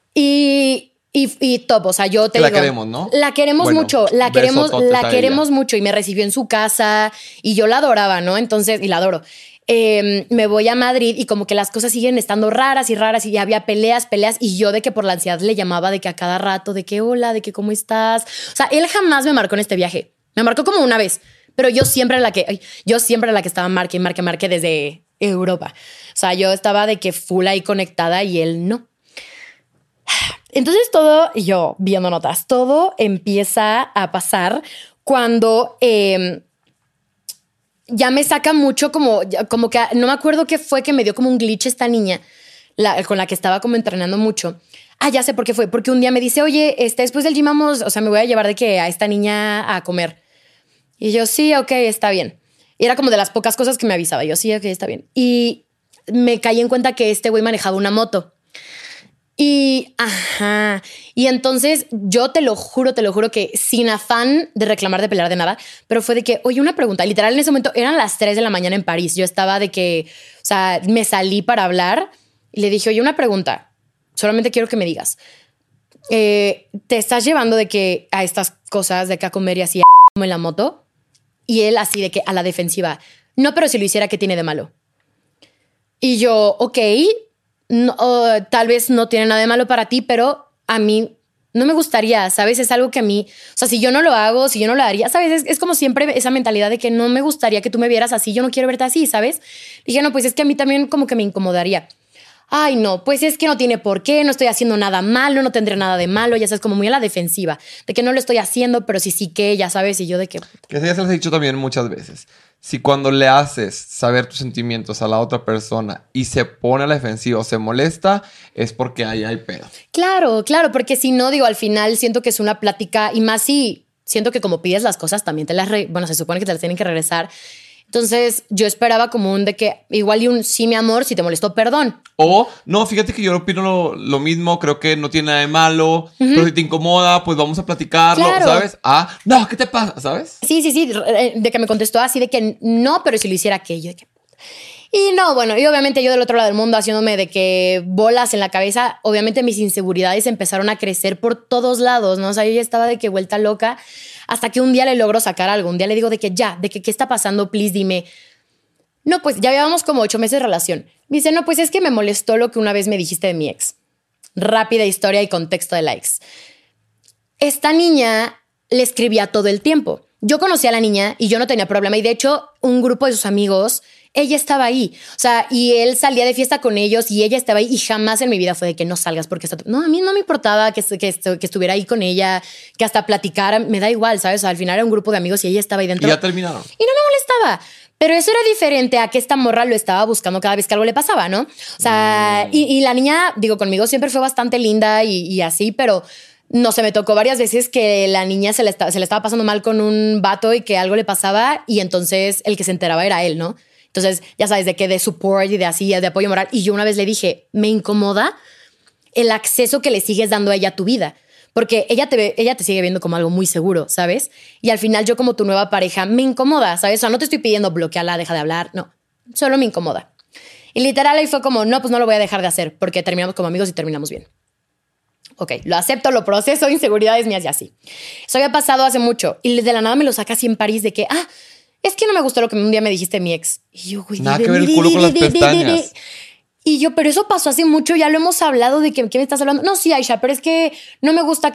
Y top, o sea, yo te digo... La queremos, ¿no? La queremos mucho, la queremos mucho y me recibió en su casa y yo la adoraba, ¿no? Entonces, y la adoro. Me voy a Madrid y como que las cosas siguen estando raras y ya había peleas y yo de que por la ansiedad le llamaba de que a cada rato, de que hola, de que cómo estás. O sea, él jamás me marcó en este viaje. Me marcó como una vez, pero yo siempre la que estaba marque desde Europa. O sea, yo estaba de que full ahí conectada y él no. Entonces todo, yo viendo notas, todo empieza a pasar cuando ya me saca mucho como que no me acuerdo qué fue que me dio como un glitch esta niña con la que estaba como entrenando mucho. Ah, ya sé por qué fue. Porque un día me dice, oye, después del gym vamos, o sea, me voy a llevar de que a esta niña a comer. Y yo, sí, ok, está bien. Y era como de las pocas cosas que me avisaba. Yo, sí, ok, está bien. Y me caí en cuenta que este güey manejaba una moto. Y entonces yo te lo juro que sin afán de reclamar, de pelear, de nada, pero fue de que, oye, una pregunta, literal en ese momento eran las 3 de la mañana en París. Yo estaba de que, o sea, me salí para hablar y le dije, oye, una pregunta, solamente quiero que me digas, ¿te estás llevando de que a estas cosas de que a comer y así como en la moto? Y él así de que a la defensiva, no, pero si lo hiciera, ¿qué tiene de malo? Y yo, ok, no, tal vez no tiene nada de malo para ti, pero a mí no me gustaría, ¿sabes? Es algo que a mí, o sea, si yo no lo hago, si yo no lo haría, ¿sabes? Es como siempre esa mentalidad de que no me gustaría que tú me vieras así, yo no quiero verte así, ¿sabes? Dije, no, pues es que a mí también como que me incomodaría. Ay, no, pues es que no tiene por qué, no estoy haciendo nada malo, no tendré nada de malo, ya sabes, como muy a la defensiva, de que no lo estoy haciendo, pero sí que, ya sabes, y yo de que... Que ya se los he dicho también muchas veces. Si cuando le haces saber tus sentimientos a la otra persona y se pone a la defensiva o se molesta, es porque ahí hay pedo. Claro, porque si no, digo, al final siento que es una plática y más si siento que como pides las cosas también te las... Bueno, se supone que te las tienen que regresar. Entonces yo esperaba como un de que igual y un sí, mi amor, si te molestó, perdón. O no, fíjate que yo opino lo mismo, creo que no tiene nada de malo, pero si te incomoda, pues vamos a platicarlo, claro. ¿Sabes? Ah, no, ¿qué te pasa? ¿Sabes? Sí, de que me contestó así de que no, pero si lo hiciera aquello, de que... Y no, bueno, y obviamente yo del otro lado del mundo haciéndome de que bolas en la cabeza, obviamente mis inseguridades empezaron a crecer por todos lados, ¿no? O sea, yo ya estaba de que vuelta loca hasta que un día le logro sacar algo. Un día le digo de que ya, de que qué está pasando, please dime. No, pues ya llevamos como 8 meses de relación. Me dice, no, pues es que me molestó lo que una vez me dijiste de mi ex. Rápida historia y contexto de la ex. Esta niña le escribía todo el tiempo. Yo conocí a la niña y yo no tenía problema. Y de hecho, un grupo de sus amigos, ella estaba ahí. O sea, y él salía de fiesta con ellos y ella estaba ahí. Y jamás en mi vida fue de que no salgas porque... No, a mí no me importaba que estuviera ahí con ella, que hasta platicara. Me da igual, ¿sabes? O sea, al final era un grupo de amigos y ella estaba ahí dentro. Y ya terminaron. Y no me molestaba. Pero eso era diferente a que esta morra lo estaba buscando cada vez que algo le pasaba, ¿no? O sea, y la niña, digo, conmigo siempre fue bastante linda y así, pero... No sé, me tocó varias veces que la niña se le estaba pasando mal con un vato y que algo le pasaba y entonces el que se enteraba era él, ¿no? Entonces, ya sabes, de que de support y de así, de apoyo moral. Y yo una vez le dije, me incomoda el acceso que le sigues dando a ella a tu vida. Porque ella te sigue viendo como algo muy seguro, ¿sabes? Y al final yo como tu nueva pareja me incomoda, ¿sabes? O sea, no te estoy pidiendo bloquearla, deja de hablar, no. Solo me incomoda. Y literal ahí fue como, no, pues no lo voy a dejar de hacer porque terminamos como amigos y terminamos bien. Ok, lo acepto, lo proceso, inseguridades mías y así. Eso había pasado hace mucho. Y de la nada me lo saca así en París de que, es que no me gustó lo que un día me dijiste mi ex. Y yo, güey. Nada que ver el culo con las pestañas. Y yo, pero eso pasó hace mucho, ya lo hemos hablado de que, ¿qué me estás hablando? No, sí, Aisha, pero es que no me gusta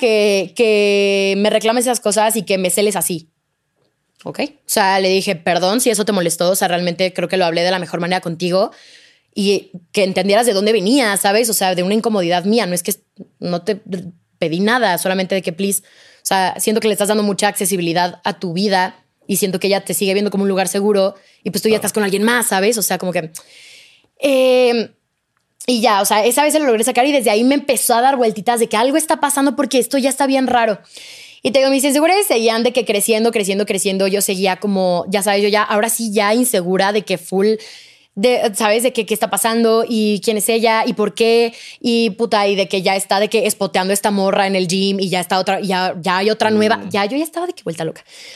que me reclames esas cosas y que me celes así. Ok. O sea, le dije, perdón si eso te molestó. O sea, realmente creo que lo hablé de la mejor manera contigo. Y que entendieras de dónde venía, ¿sabes? O sea, de una incomodidad mía. No es que no te pedí nada, solamente de que, please, o sea, siento que le estás dando mucha accesibilidad a tu vida y siento que ella te sigue viendo como un lugar seguro y pues tú ya estás con alguien más, ¿sabes? O sea, como que... y ya, o sea, esa vez se lo logré sacar y desde ahí me empezó a dar vueltitas de que algo está pasando porque esto ya está bien raro. Y te digo, mis inseguridades seguían de que creciendo. Yo seguía como, ya sabes, yo ya, ahora sí ya insegura de que full... ¿sabes? De qué está pasando y quién es ella y por qué y puta, y de que ya está de que espoteando esta morra en el gym y ya está otra, ya hay otra nueva. Ya yo ya estaba de que vuelta loca.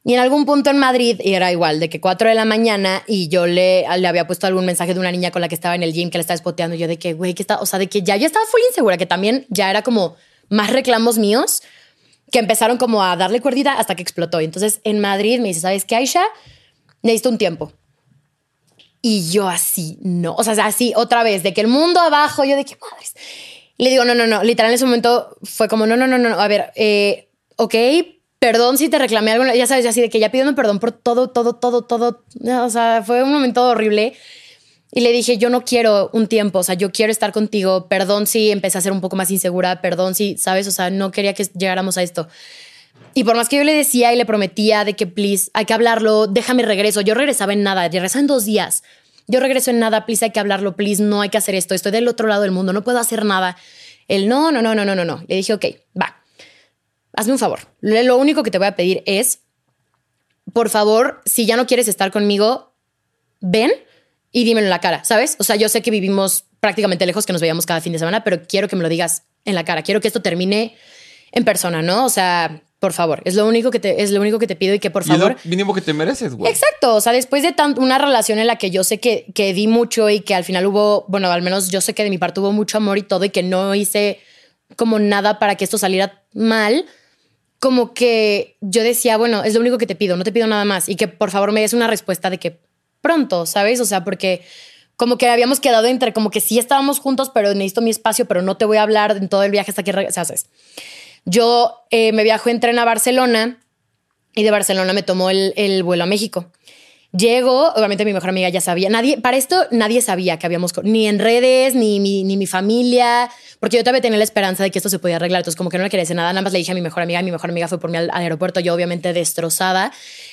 Y en algún punto en Madrid, y era igual, de que 4 de la mañana y yo le había puesto algún mensaje de una niña con la que estaba en el gym que le estaba spoteando. Y yo de que, güey, que está, o sea, de que ya yo estaba full insegura, que también ya era como más reclamos míos que empezaron como a darle cuerdita hasta que explotó. Y entonces en Madrid me dice, ¿sabes qué, Aisha? Necesito un tiempo. Y yo así, no. O sea, así otra vez, de que el mundo abajo, yo de que madres. Le digo, no. Literal en ese momento fue como, no. A ver, ok, perdón si te reclamé algo, ya sabes, así de que ya pídeme perdón por todo. O sea, fue un momento horrible. Y le dije, yo no quiero un tiempo, o sea, yo quiero estar contigo. Perdón si empecé a ser un poco más insegura, perdón si, ¿sabes? O sea, no quería que llegáramos a esto. Y por más que yo le decía y le prometía de que, please, hay que hablarlo, déjame regreso. Yo regresaba en nada, regresaba en 2 días. Yo regreso en nada, please, hay que hablarlo, please, no hay que hacer esto. Estoy del otro lado del mundo, no puedo hacer nada. Él, no. Le dije, ok, va. Hazme un favor. Lo único que te voy a pedir es, por favor, si ya no quieres estar conmigo, ven y dímelo en la cara, ¿sabes? O sea, yo sé que vivimos prácticamente lejos, que nos veíamos cada fin de semana, pero quiero que me lo digas en la cara. Quiero que esto termine en persona, ¿no? O sea, por favor, es lo único que te pido y que por favor... Y es lo mínimo que te mereces, güey. Exacto. O sea, después de una relación en la que yo sé que di mucho y que al final hubo, bueno, al menos yo sé que de mi parte hubo mucho amor y todo y que no hice como nada para que esto saliera mal, como que yo decía, bueno, es lo único que te pido, no te pido nada más y que por favor me des una respuesta de que pronto, ¿sabes? O sea, porque como que habíamos quedado entre como que sí estábamos juntos, pero necesito mi espacio, pero no te voy a hablar en todo el viaje hasta que regreses. Yo me viajo en tren a Barcelona y de Barcelona me tomó el vuelo a México. Llego, obviamente mi mejor amiga ya sabía. Para esto nadie sabía que habíamos, ni en redes, ni mi familia, porque yo todavía tenía la esperanza de que esto se podía arreglar. Entonces como que no le quería decir nada más le dije a mi mejor amiga fue por mí al aeropuerto, yo obviamente destrozada.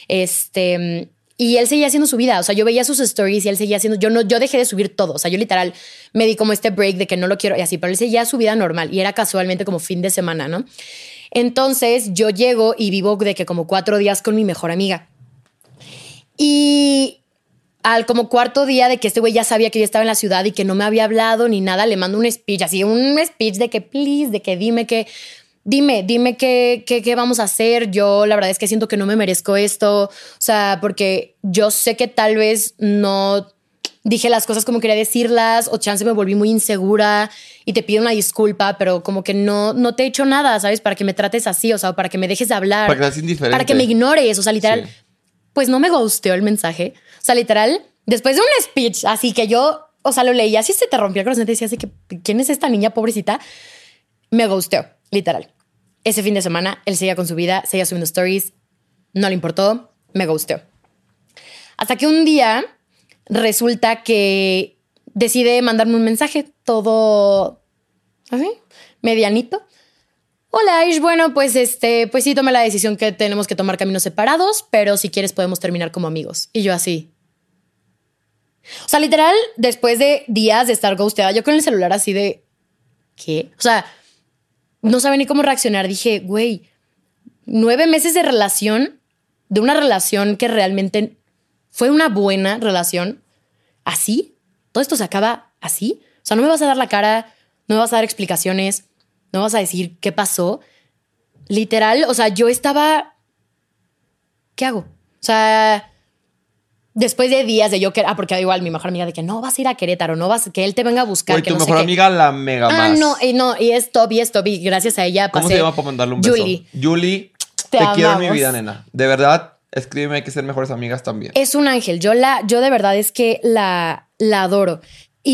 Y él seguía haciendo su vida. O sea, yo veía sus stories y él seguía haciendo... Yo dejé de subir todo. O sea, yo literal me di como este break de que no lo quiero y así, pero él seguía su vida normal y era casualmente como fin de semana, ¿no? Entonces yo llego y vivo de que como 4 días con mi mejor amiga. Y al como 4.º día de que este güey ya sabía que yo estaba en la ciudad y que no me había hablado ni nada, le mando un speech, así un speech de que please, de que dime qué vamos a hacer. Yo la verdad es que siento que no me merezco esto. O sea, porque yo sé que tal vez no dije las cosas como quería decirlas o chance me volví muy insegura y te pido una disculpa, pero como que no te he hecho nada, ¿sabes? Para que me trates así, o sea, para que me dejes de hablar. Para que seas indiferente. Para que me ignores, o sea, literal. Sí. Pues no me ghosteó el mensaje. O sea, literal, después de un speech, así que yo, o sea, lo leí, así se te rompió el corazón, te decía así que, ¿quién es esta niña pobrecita? Me ghosteó, literal. Ese fin de semana, él seguía con su vida, seguía subiendo stories, no le importó, me ghosteó. Hasta que un día resulta que decide mandarme un mensaje todo así, medianito. Hola, Aish, bueno, pues pues sí tomé la decisión que tenemos que tomar caminos separados, pero si quieres podemos terminar como amigos. Y yo así. O sea, literal, después de días de estar ghosteada, yo con el celular así de... ¿Qué? O sea, no sabía ni cómo reaccionar. Dije, güey, 9 meses de relación, de una relación que realmente fue una buena relación. ¿Así? ¿Todo esto se acaba así? O sea, no me vas a dar la cara, no me vas a dar explicaciones, no me vas a decir qué pasó. Literal, o sea, yo estaba... ¿Qué hago? O sea... Después de días de yo que... porque igual mi mejor amiga de que no vas a ir a Querétaro, no vas... Que él te venga a buscar. Oye, que tu no mejor sé amiga la mega más. No, y es top. Y gracias a ella pasé... ¿Cómo se llama para mandarle un beso? Julie, te quiero en mi vida, nena. De verdad, escríbeme, hay que ser mejores amigas también. Es un ángel. Yo de verdad es que la adoro.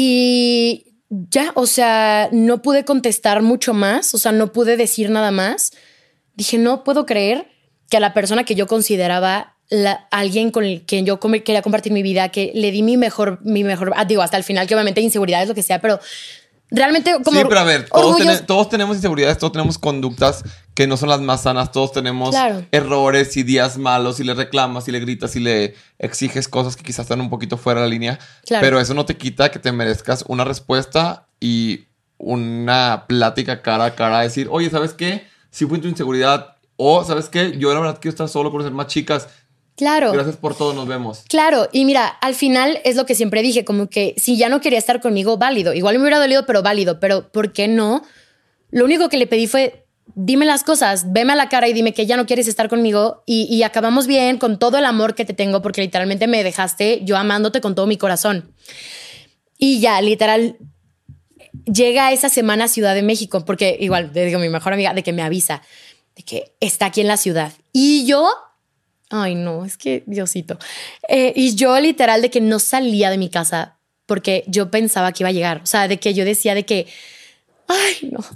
Y ya, o sea, no pude contestar mucho más. O sea, no pude decir nada más. Dije, no puedo creer que a la persona que yo consideraba... alguien con el que yo quería compartir mi vida, que le di mi mejor, digo, hasta el final, que obviamente inseguridades, lo que sea, pero realmente como... Sí, pero a ver, todos tenemos inseguridades, todos tenemos conductas que no son las más sanas, todos tenemos errores y días malos y le reclamas y le gritas y le exiges cosas que quizás están un poquito fuera de la línea, pero eso no te quita que te merezcas una respuesta y una plática cara a cara, decir, oye, ¿sabes qué? Sí fue tu inseguridad, o ¿sabes qué? Yo la verdad quiero estar solo, conocer más chicas. Claro. Gracias por todo, nos vemos. Claro, y mira, al final es lo que siempre dije, como que si ya no quería estar conmigo, válido. Igual me hubiera dolido, pero válido. Pero ¿por qué no? Lo único que le pedí fue dime las cosas, veme a la cara y dime que ya no quieres estar conmigo y acabamos bien con todo el amor que te tengo porque literalmente me dejaste yo amándote con todo mi corazón. Y ya, literal, llega esa semana a Ciudad de México porque igual, le digo a mi mejor amiga de que me avisa de que está aquí en la ciudad. Y yo, ay no, es que Diosito. Y yo literal de que no salía de mi casa porque yo pensaba que iba a llegar. O sea, de que yo decía de que, ay no.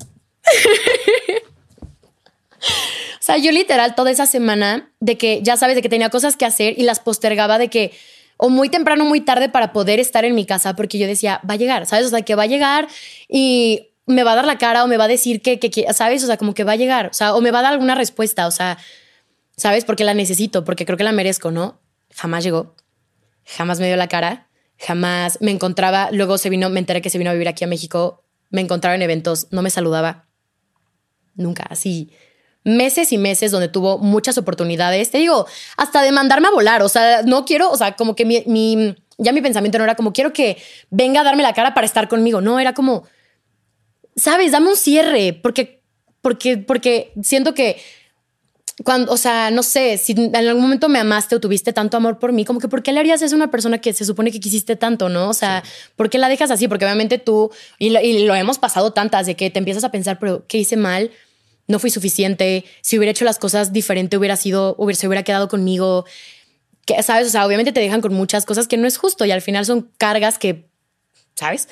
O sea, yo literal toda esa semana de que, ya sabes, de que tenía cosas que hacer y las postergaba de que o muy temprano o muy tarde para poder estar en mi casa porque yo decía, va a llegar, ¿sabes? O sea, que va a llegar y me va a dar la cara o me va a decir que ¿sabes? O sea, como que va a llegar, o sea, o me va a dar alguna respuesta, o sea, ¿sabes? Porque la necesito, porque creo que la merezco, ¿no? Jamás llegó, jamás me dio la cara, jamás me encontraba, luego me enteré que se vino a vivir aquí a México, me encontraba en eventos, no me saludaba, nunca, así... Meses y meses donde tuvo muchas oportunidades. Te digo, hasta de mandarme a volar. O sea, no quiero, o sea, como que ya mi pensamiento no era como quiero que venga a darme la cara para estar conmigo. No, era como, sabes, dame un cierre. Porque siento que cuando, o sea, no sé, si en algún momento me amaste o tuviste tanto amor por mí, como que ¿por qué le harías eso a una persona que se supone que quisiste tanto, no? O sea, sí. ¿Por qué la dejas así? Porque obviamente tú, y lo hemos pasado tantas, de que te empiezas a pensar, pero ¿qué hice mal? No fui suficiente. Si hubiera hecho las cosas diferente, se hubiera quedado conmigo. Que, ¿sabes? O sea, obviamente te dejan con muchas cosas que no es justo y al final son cargas que, ¿sabes?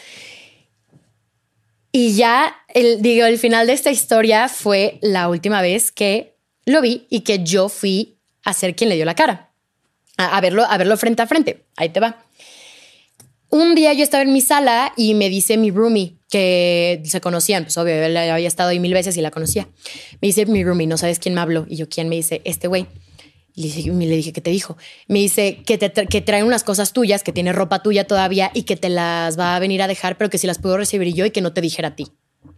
Y ya, el final de esta historia fue la última vez que lo vi y que yo fui a ser quien le dio la cara. A verlo frente a frente. Ahí te va. Un día yo estaba en mi sala y me dice mi roomie, que se conocían, pues obvio, él había estado ahí 1000 veces y la conocía. Me dice mi roomie, ¿no sabes quién me habló? Y yo, ¿quién? Me dice, este güey. Y le dije, ¿qué te dijo? Me dice que traen unas cosas tuyas, que tiene ropa tuya todavía y que te las va a venir a dejar, pero que si las puedo recibir yo y que no te dijera a ti.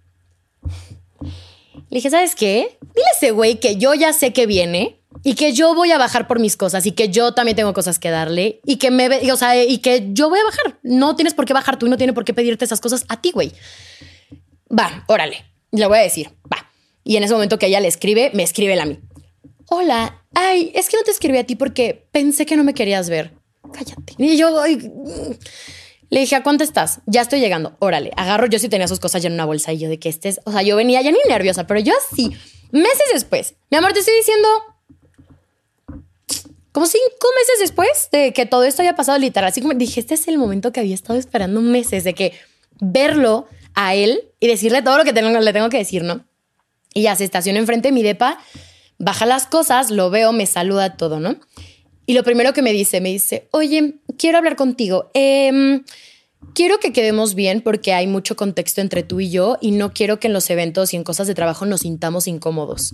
Le dije, ¿sabes qué? Dile a ese güey que yo ya sé que viene y que yo voy a bajar por mis cosas y que yo también tengo cosas que darle y que y que yo voy a bajar. No tienes por qué bajar tú y no tiene por qué pedirte esas cosas a ti, güey. Va, órale. Le voy a decir, va. Y en ese momento que ella le escribe, me escribe él a mí. Hola, ay, es que no te escribí a ti porque pensé que no me querías ver. Cállate. Y yo, le dije, ¿a cuánto estás? Ya estoy llegando. Órale, agarro. Yo sí tenía sus cosas ya en una bolsa y yo de que o sea, yo venía ya ni nerviosa, pero yo así, meses después, mi amor, te estoy diciendo, como 5 meses después de que todo esto haya pasado, literal, así como dije, este es el momento que había estado esperando meses de que verlo a él y decirle todo lo que le tengo que decir, ¿no? Y ya se estaciona enfrente de mi depa, baja las cosas, lo veo, me saluda todo, ¿no? Y lo primero que me dice, oye, quiero hablar contigo. Quiero que quedemos bien porque hay mucho contexto entre tú y yo y no quiero que en los eventos y en cosas de trabajo nos sintamos incómodos.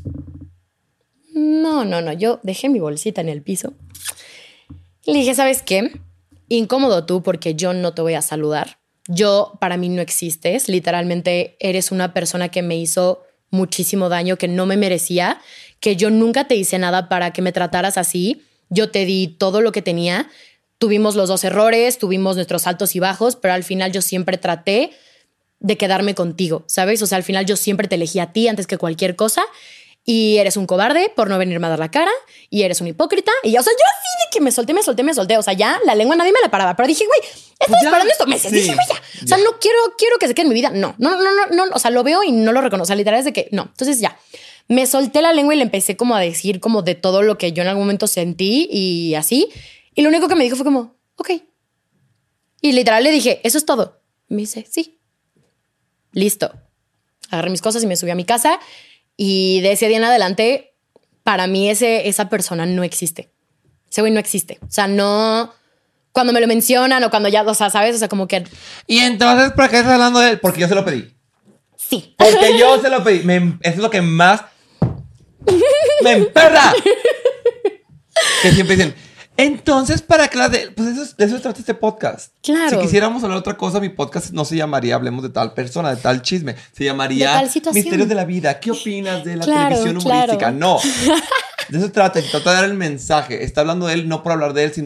No. Yo dejé mi bolsita en el piso. Y le dije, ¿sabes qué? Incómodo tú porque yo no te voy a saludar. Para mí no existes. Literalmente eres una persona que me hizo muchísimo daño, que no me merecía, que yo nunca te hice nada para que me trataras así. Yo te di todo lo que tenía. Tuvimos los 2 errores, tuvimos nuestros altos y bajos, pero al final yo siempre traté de quedarme contigo, ¿sabes? O sea, al final yo siempre te elegí a ti antes que cualquier cosa y eres un cobarde por no venirme a dar la cara y eres un hipócrita. Y ya, o sea, yo así de que me solté. O sea, ya la lengua nadie me la paraba, pero dije, güey, estoy esperando estos meses. Sí, dije, güey, ya. O sea, no quiero que se quede en mi vida. No. O sea, lo veo y no lo reconozco. O sea, literal es de que no. Entonces ya. Me solté la lengua y le empecé como a decir como de todo lo que yo en algún momento sentí y así. Y lo único que me dijo fue como, ok. Y literal le dije, ¿eso es todo? Me dice, sí. Listo. Agarré mis cosas y me subí a mi casa. Y de ese día en adelante, para mí esa persona no existe. Ese güey no existe. O sea, no... Cuando me lo mencionan o cuando ya, o sea, ¿sabes? O sea, como que... Y entonces, ¿por qué estás hablando de él? Porque yo se lo pedí. Sí. Porque yo se lo pedí. Eso es lo que más... ¡Me emperra! Que siempre dicen... Entonces, ¿para qué pues de eso trata este podcast? Claro. Si quisiéramos hablar de otra cosa, mi podcast no se llamaría Hablemos de tal persona, de tal chisme. Se llamaría de tal situación. Misterios de la vida. ¿Qué opinas de la televisión humorística? Claro. No. De eso trata de dar el mensaje. Está hablando de él no por hablar de él, sino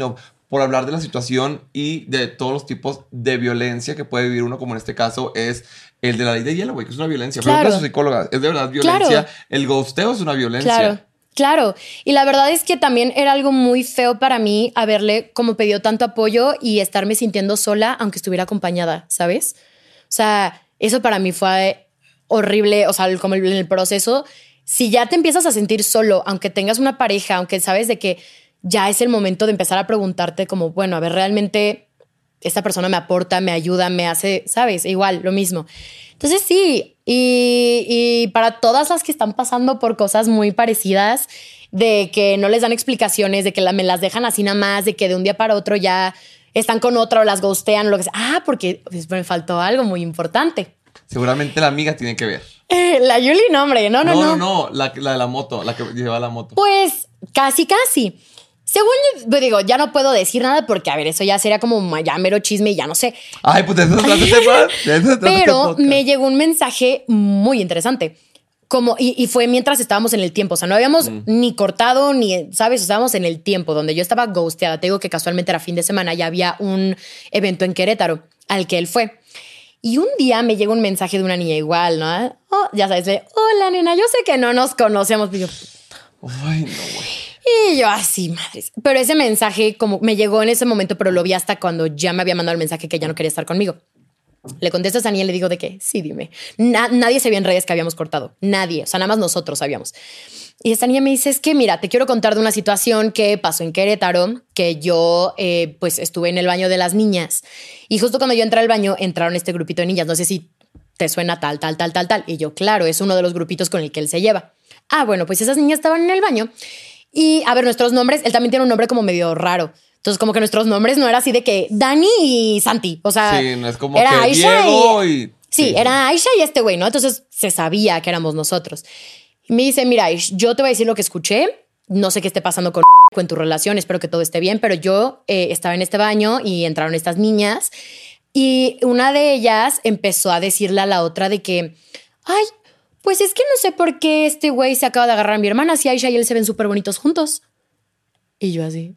por hablar de la situación y de todos los tipos de violencia que puede vivir uno, como en este caso es el de la ley de hielo, güey, que es una violencia. Claro. Pero su psicóloga, es de verdad violencia. Claro. El ghosteo es una violencia. Claro. Claro, y la verdad es que también era algo muy feo para mí haberle como pedido tanto apoyo y estarme sintiendo sola aunque estuviera acompañada, ¿sabes? O sea, eso para mí fue horrible, o sea, como en el proceso, si ya te empiezas a sentir solo, aunque tengas una pareja, aunque sabes de que ya es el momento de empezar a preguntarte como, bueno, a ver, realmente esta persona me aporta, me ayuda, me hace, ¿sabes? Igual, lo mismo. Entonces sí, y para todas las que están pasando por cosas muy parecidas, de que no les dan explicaciones, de que me las dejan así nada más, de que de un día para otro ya están con otra o las ghostean o lo que sea. Ah, porque pues, me faltó algo muy importante. Seguramente la amiga tiene que ver. La Yuli, no, hombre, no. No, la de la moto, la que lleva la moto. Pues casi. Según yo digo, ya no puedo decir nada porque, a ver, eso ya sería como ya mero chisme y ya no sé. Ay, pues eso se trata este podcast. Pero me llegó un mensaje muy interesante. Y fue mientras estábamos en el tiempo. O sea, no habíamos ni cortado, ni, ¿sabes? Estábamos en el tiempo donde yo estaba ghosteada. Te digo que casualmente era fin de semana y había un evento en Querétaro al que él fue. Y un día me llegó un mensaje de una niña igual, ¿no? Oh, ya sabes, hola, nena, yo sé que no nos conocemos. Y yo, ay, no, güey. Y yo así, madres. Pero ese mensaje como me llegó en ese momento, pero lo vi hasta cuando ya me había mandado el mensaje que ya no quería estar conmigo. Le contesto a esa niña y le digo de que sí, dime. Nadie sabía en redes que habíamos cortado. Nadie. O sea, nada más nosotros sabíamos. Y esta niña me dice, es que mira, te quiero contar de una situación que pasó en Querétaro, que yo pues estuve en el baño de las niñas. Y justo cuando yo entré al baño, entraron este grupito de niñas. No sé si te suena tal. Y yo, claro, es uno de los grupitos con el que él se lleva. Ah, bueno, pues esas niñas estaban en el baño. Y a ver, nuestros nombres, él también tiene un nombre como medio raro. Entonces, como que nuestros nombres no era así de que Dani y Santi. O sea, sí, no es como era que Aisha Diego y... Sí, era Aisha y este güey, ¿no? Entonces se sabía que éramos nosotros. Y me dice, mira, Aish, yo te voy a decir lo que escuché. No sé qué esté pasando con tu relación. Espero que todo esté bien. Pero yo estaba en este baño y entraron estas niñas. Y una de ellas empezó a decirle a la otra de que, ay, pues es que no sé por qué este güey se acaba de agarrar a mi hermana. Si Aisha y él se ven súper bonitos juntos. Y yo así.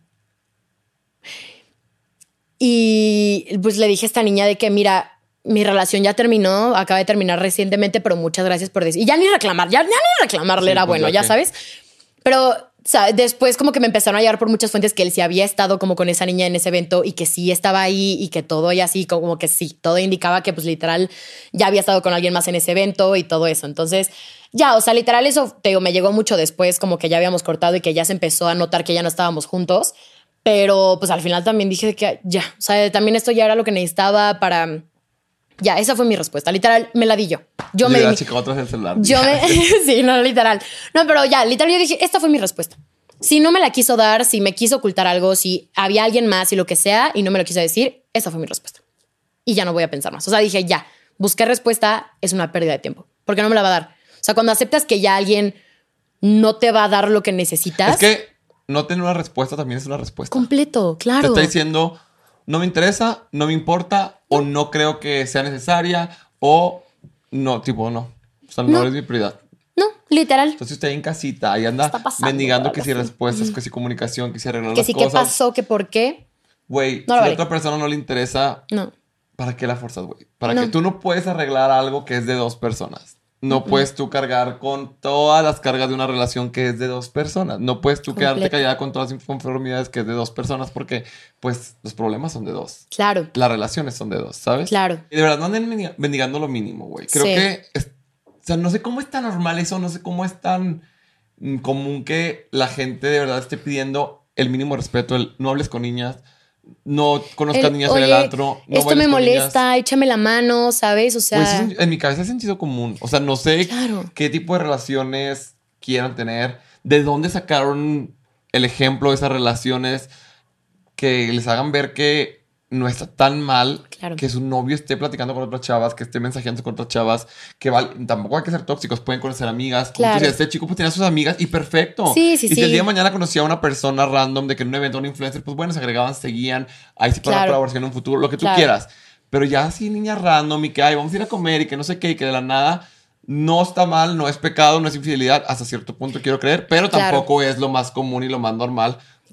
Y pues le dije a esta niña de que, mira, mi relación ya terminó, acaba de terminar recientemente, pero muchas gracias por decir. Y ya ni reclamarle sí, era pues bueno, ya sabes. Pero o sea, después como que me empezaron a llegar por muchas fuentes que él sí había estado como con esa niña en ese evento y que sí estaba ahí y que todo y así, como que sí, todo indicaba que pues literal ya había estado con alguien más en ese evento y todo eso. Entonces ya, o sea, literal eso, te digo, me llegó mucho después, como que ya habíamos cortado y que ya se empezó a notar que ya no estábamos juntos. Pero pues al final también dije que ya, o sea, también esto ya era lo que necesitaba para... Ya, esa fue mi respuesta. Literal, me la di yo. Yo me di. Chica, otra vez el celular. Sí, no, literal. No, pero ya, literal, yo dije, esta fue mi respuesta. Si no me la quiso dar, si me quiso ocultar algo, si había alguien más y lo que sea y no me lo quiso decir, esa fue mi respuesta. Y ya no voy a pensar más. O sea, dije, ya, buscar respuesta es una pérdida de tiempo. Porque no me la va a dar. O sea, cuando aceptas que ya alguien no te va a dar lo que necesitas... Es que no tener una respuesta también es una respuesta. Completo, claro. Te está diciendo, no me interesa, no me importa, o no creo que sea necesaria, o no, tipo, no. O sea, no es mi prioridad. No, literal. Entonces usted ahí en casita, ahí anda mendigando que si respuestas, que si comunicación, que si arreglar las cosas. Que si qué pasó, que por qué. Güey, no si a otra persona no le interesa, no. ¿Para qué la forzas, güey? Para que tú no puedes arreglar algo que es de dos personas. No puedes tú cargar con todas las cargas de una relación que es de dos personas. No puedes tú quedarte callada con todas las inconformidades que es de dos personas porque, pues, los problemas son de dos. Claro. Las relaciones son de dos, ¿sabes? Claro. Y de verdad no anden mendigando lo mínimo, güey. Creo que... o sea, no sé cómo es tan normal eso. No sé cómo es tan común que la gente de verdad esté pidiendo el mínimo respeto. El no hables con niñas. No conozcas niñas en el antro. No esto me molesta, échame la mano, ¿sabes? O sea... Pues en mi cabeza es sentido común. O sea, no sé qué tipo de relaciones quieran tener. ¿De dónde sacaron el ejemplo de esas relaciones que les hagan ver que no está tan mal que su novio esté platicando con otras chavas, que esté mensajeando con otras chavas, que tampoco hay que ser tóxicos, pueden conocer amigas. Entonces, este chico pues tenía sus amigas y perfecto. Sí, y si el día de mañana conocía a una persona random de que en un evento, un influencer, pues bueno, se agregaban, seguían, ahí sí para colaboración en un futuro, lo que tú quieras. Pero ya así niña random y que ay, vamos a ir a comer y que no sé qué y que de la nada no está mal, no es pecado, no es infidelidad, hasta cierto punto quiero creer, pero tampoco es lo más común y lo más normal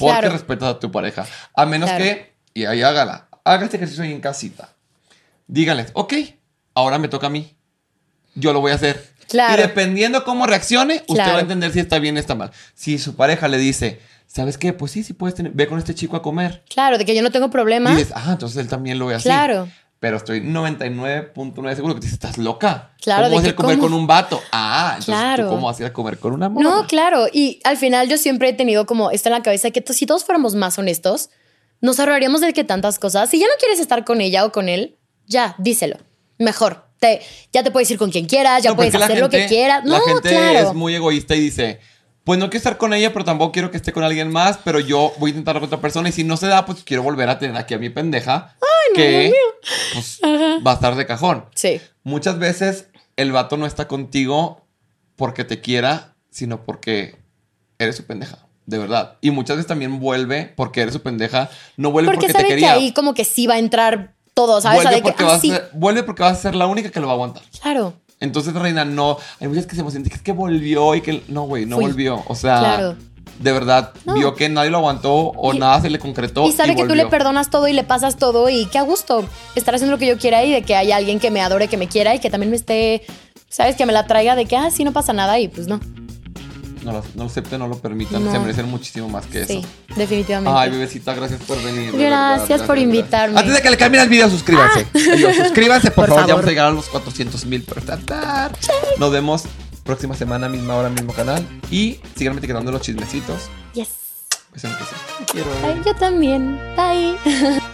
Porque respetas a tu pareja. A menos que, y ahí haga este ejercicio ahí en casita. Díganles, ok, ahora me toca a mí. Yo lo voy a hacer. Claro. Y dependiendo cómo reaccione, usted va a entender si está bien o está mal. Si su pareja le dice, ¿sabes qué? Pues sí puedes ve con este chico a comer. Claro, de que yo no tengo problema. Y dices, entonces él también lo ve así. Claro. Pero estoy 99.9 seguro que te dices, ¿estás loca? Claro. ¿Cómo vas a ir a comer con un vato? Entonces ¿tú cómo vas a ir a comer con una morra? No, claro. Y al final yo siempre he tenido como esto en la cabeza que si todos fuéramos más honestos, nos ahorraríamos de que tantas cosas. Si ya no quieres estar con ella o con él, ya, díselo. Mejor. Ya te puedes ir con quien quieras, ya puedes hacer lo que quieras. La gente es muy egoísta y dice, pues no quiero estar con ella, pero tampoco quiero que esté con alguien más, pero yo voy a intentar con otra persona y si no se da, pues quiero volver a tener aquí a mi pendeja. Que pues, va a estar de cajón. Sí. Muchas veces el vato no está contigo porque te quiera, sino porque eres su pendeja. De verdad. Y muchas veces también vuelve porque eres su pendeja. No vuelve porque te quería. Porque sabe que ahí como que sí va a entrar todo, ¿sabes? Vuelve porque vas a ser la única que lo va a aguantar. Claro. Entonces, reina, no. Hay muchas que se emocionan. Es que volvió y que... No, güey, no volvió. O sea... Claro. De verdad, vio que nadie lo aguantó o nada se le concretó. Y sabe que tú le perdonas todo y le pasas todo y qué a gusto estar haciendo lo que yo quiera y de que haya alguien que me adore, que me quiera y que también me esté, ¿sabes? Que me la traiga de que, sí, no pasa nada y pues no. No lo acepten, no lo permitan. Se merecen muchísimo más que eso. Sí, definitivamente. Ay, bebecita, gracias por venir. Gracias por invitarme. Antes de que le cambien el video, suscríbanse. Suscríbanse, por favor. Ya vamos a llegar a los 400,000 por tratar. Nos vemos próxima semana, misma hora, mismo canal. Y síganme etiquetando los chismecitos. Yes. Pues en que sí. Te quiero. Ay, yo también. Bye.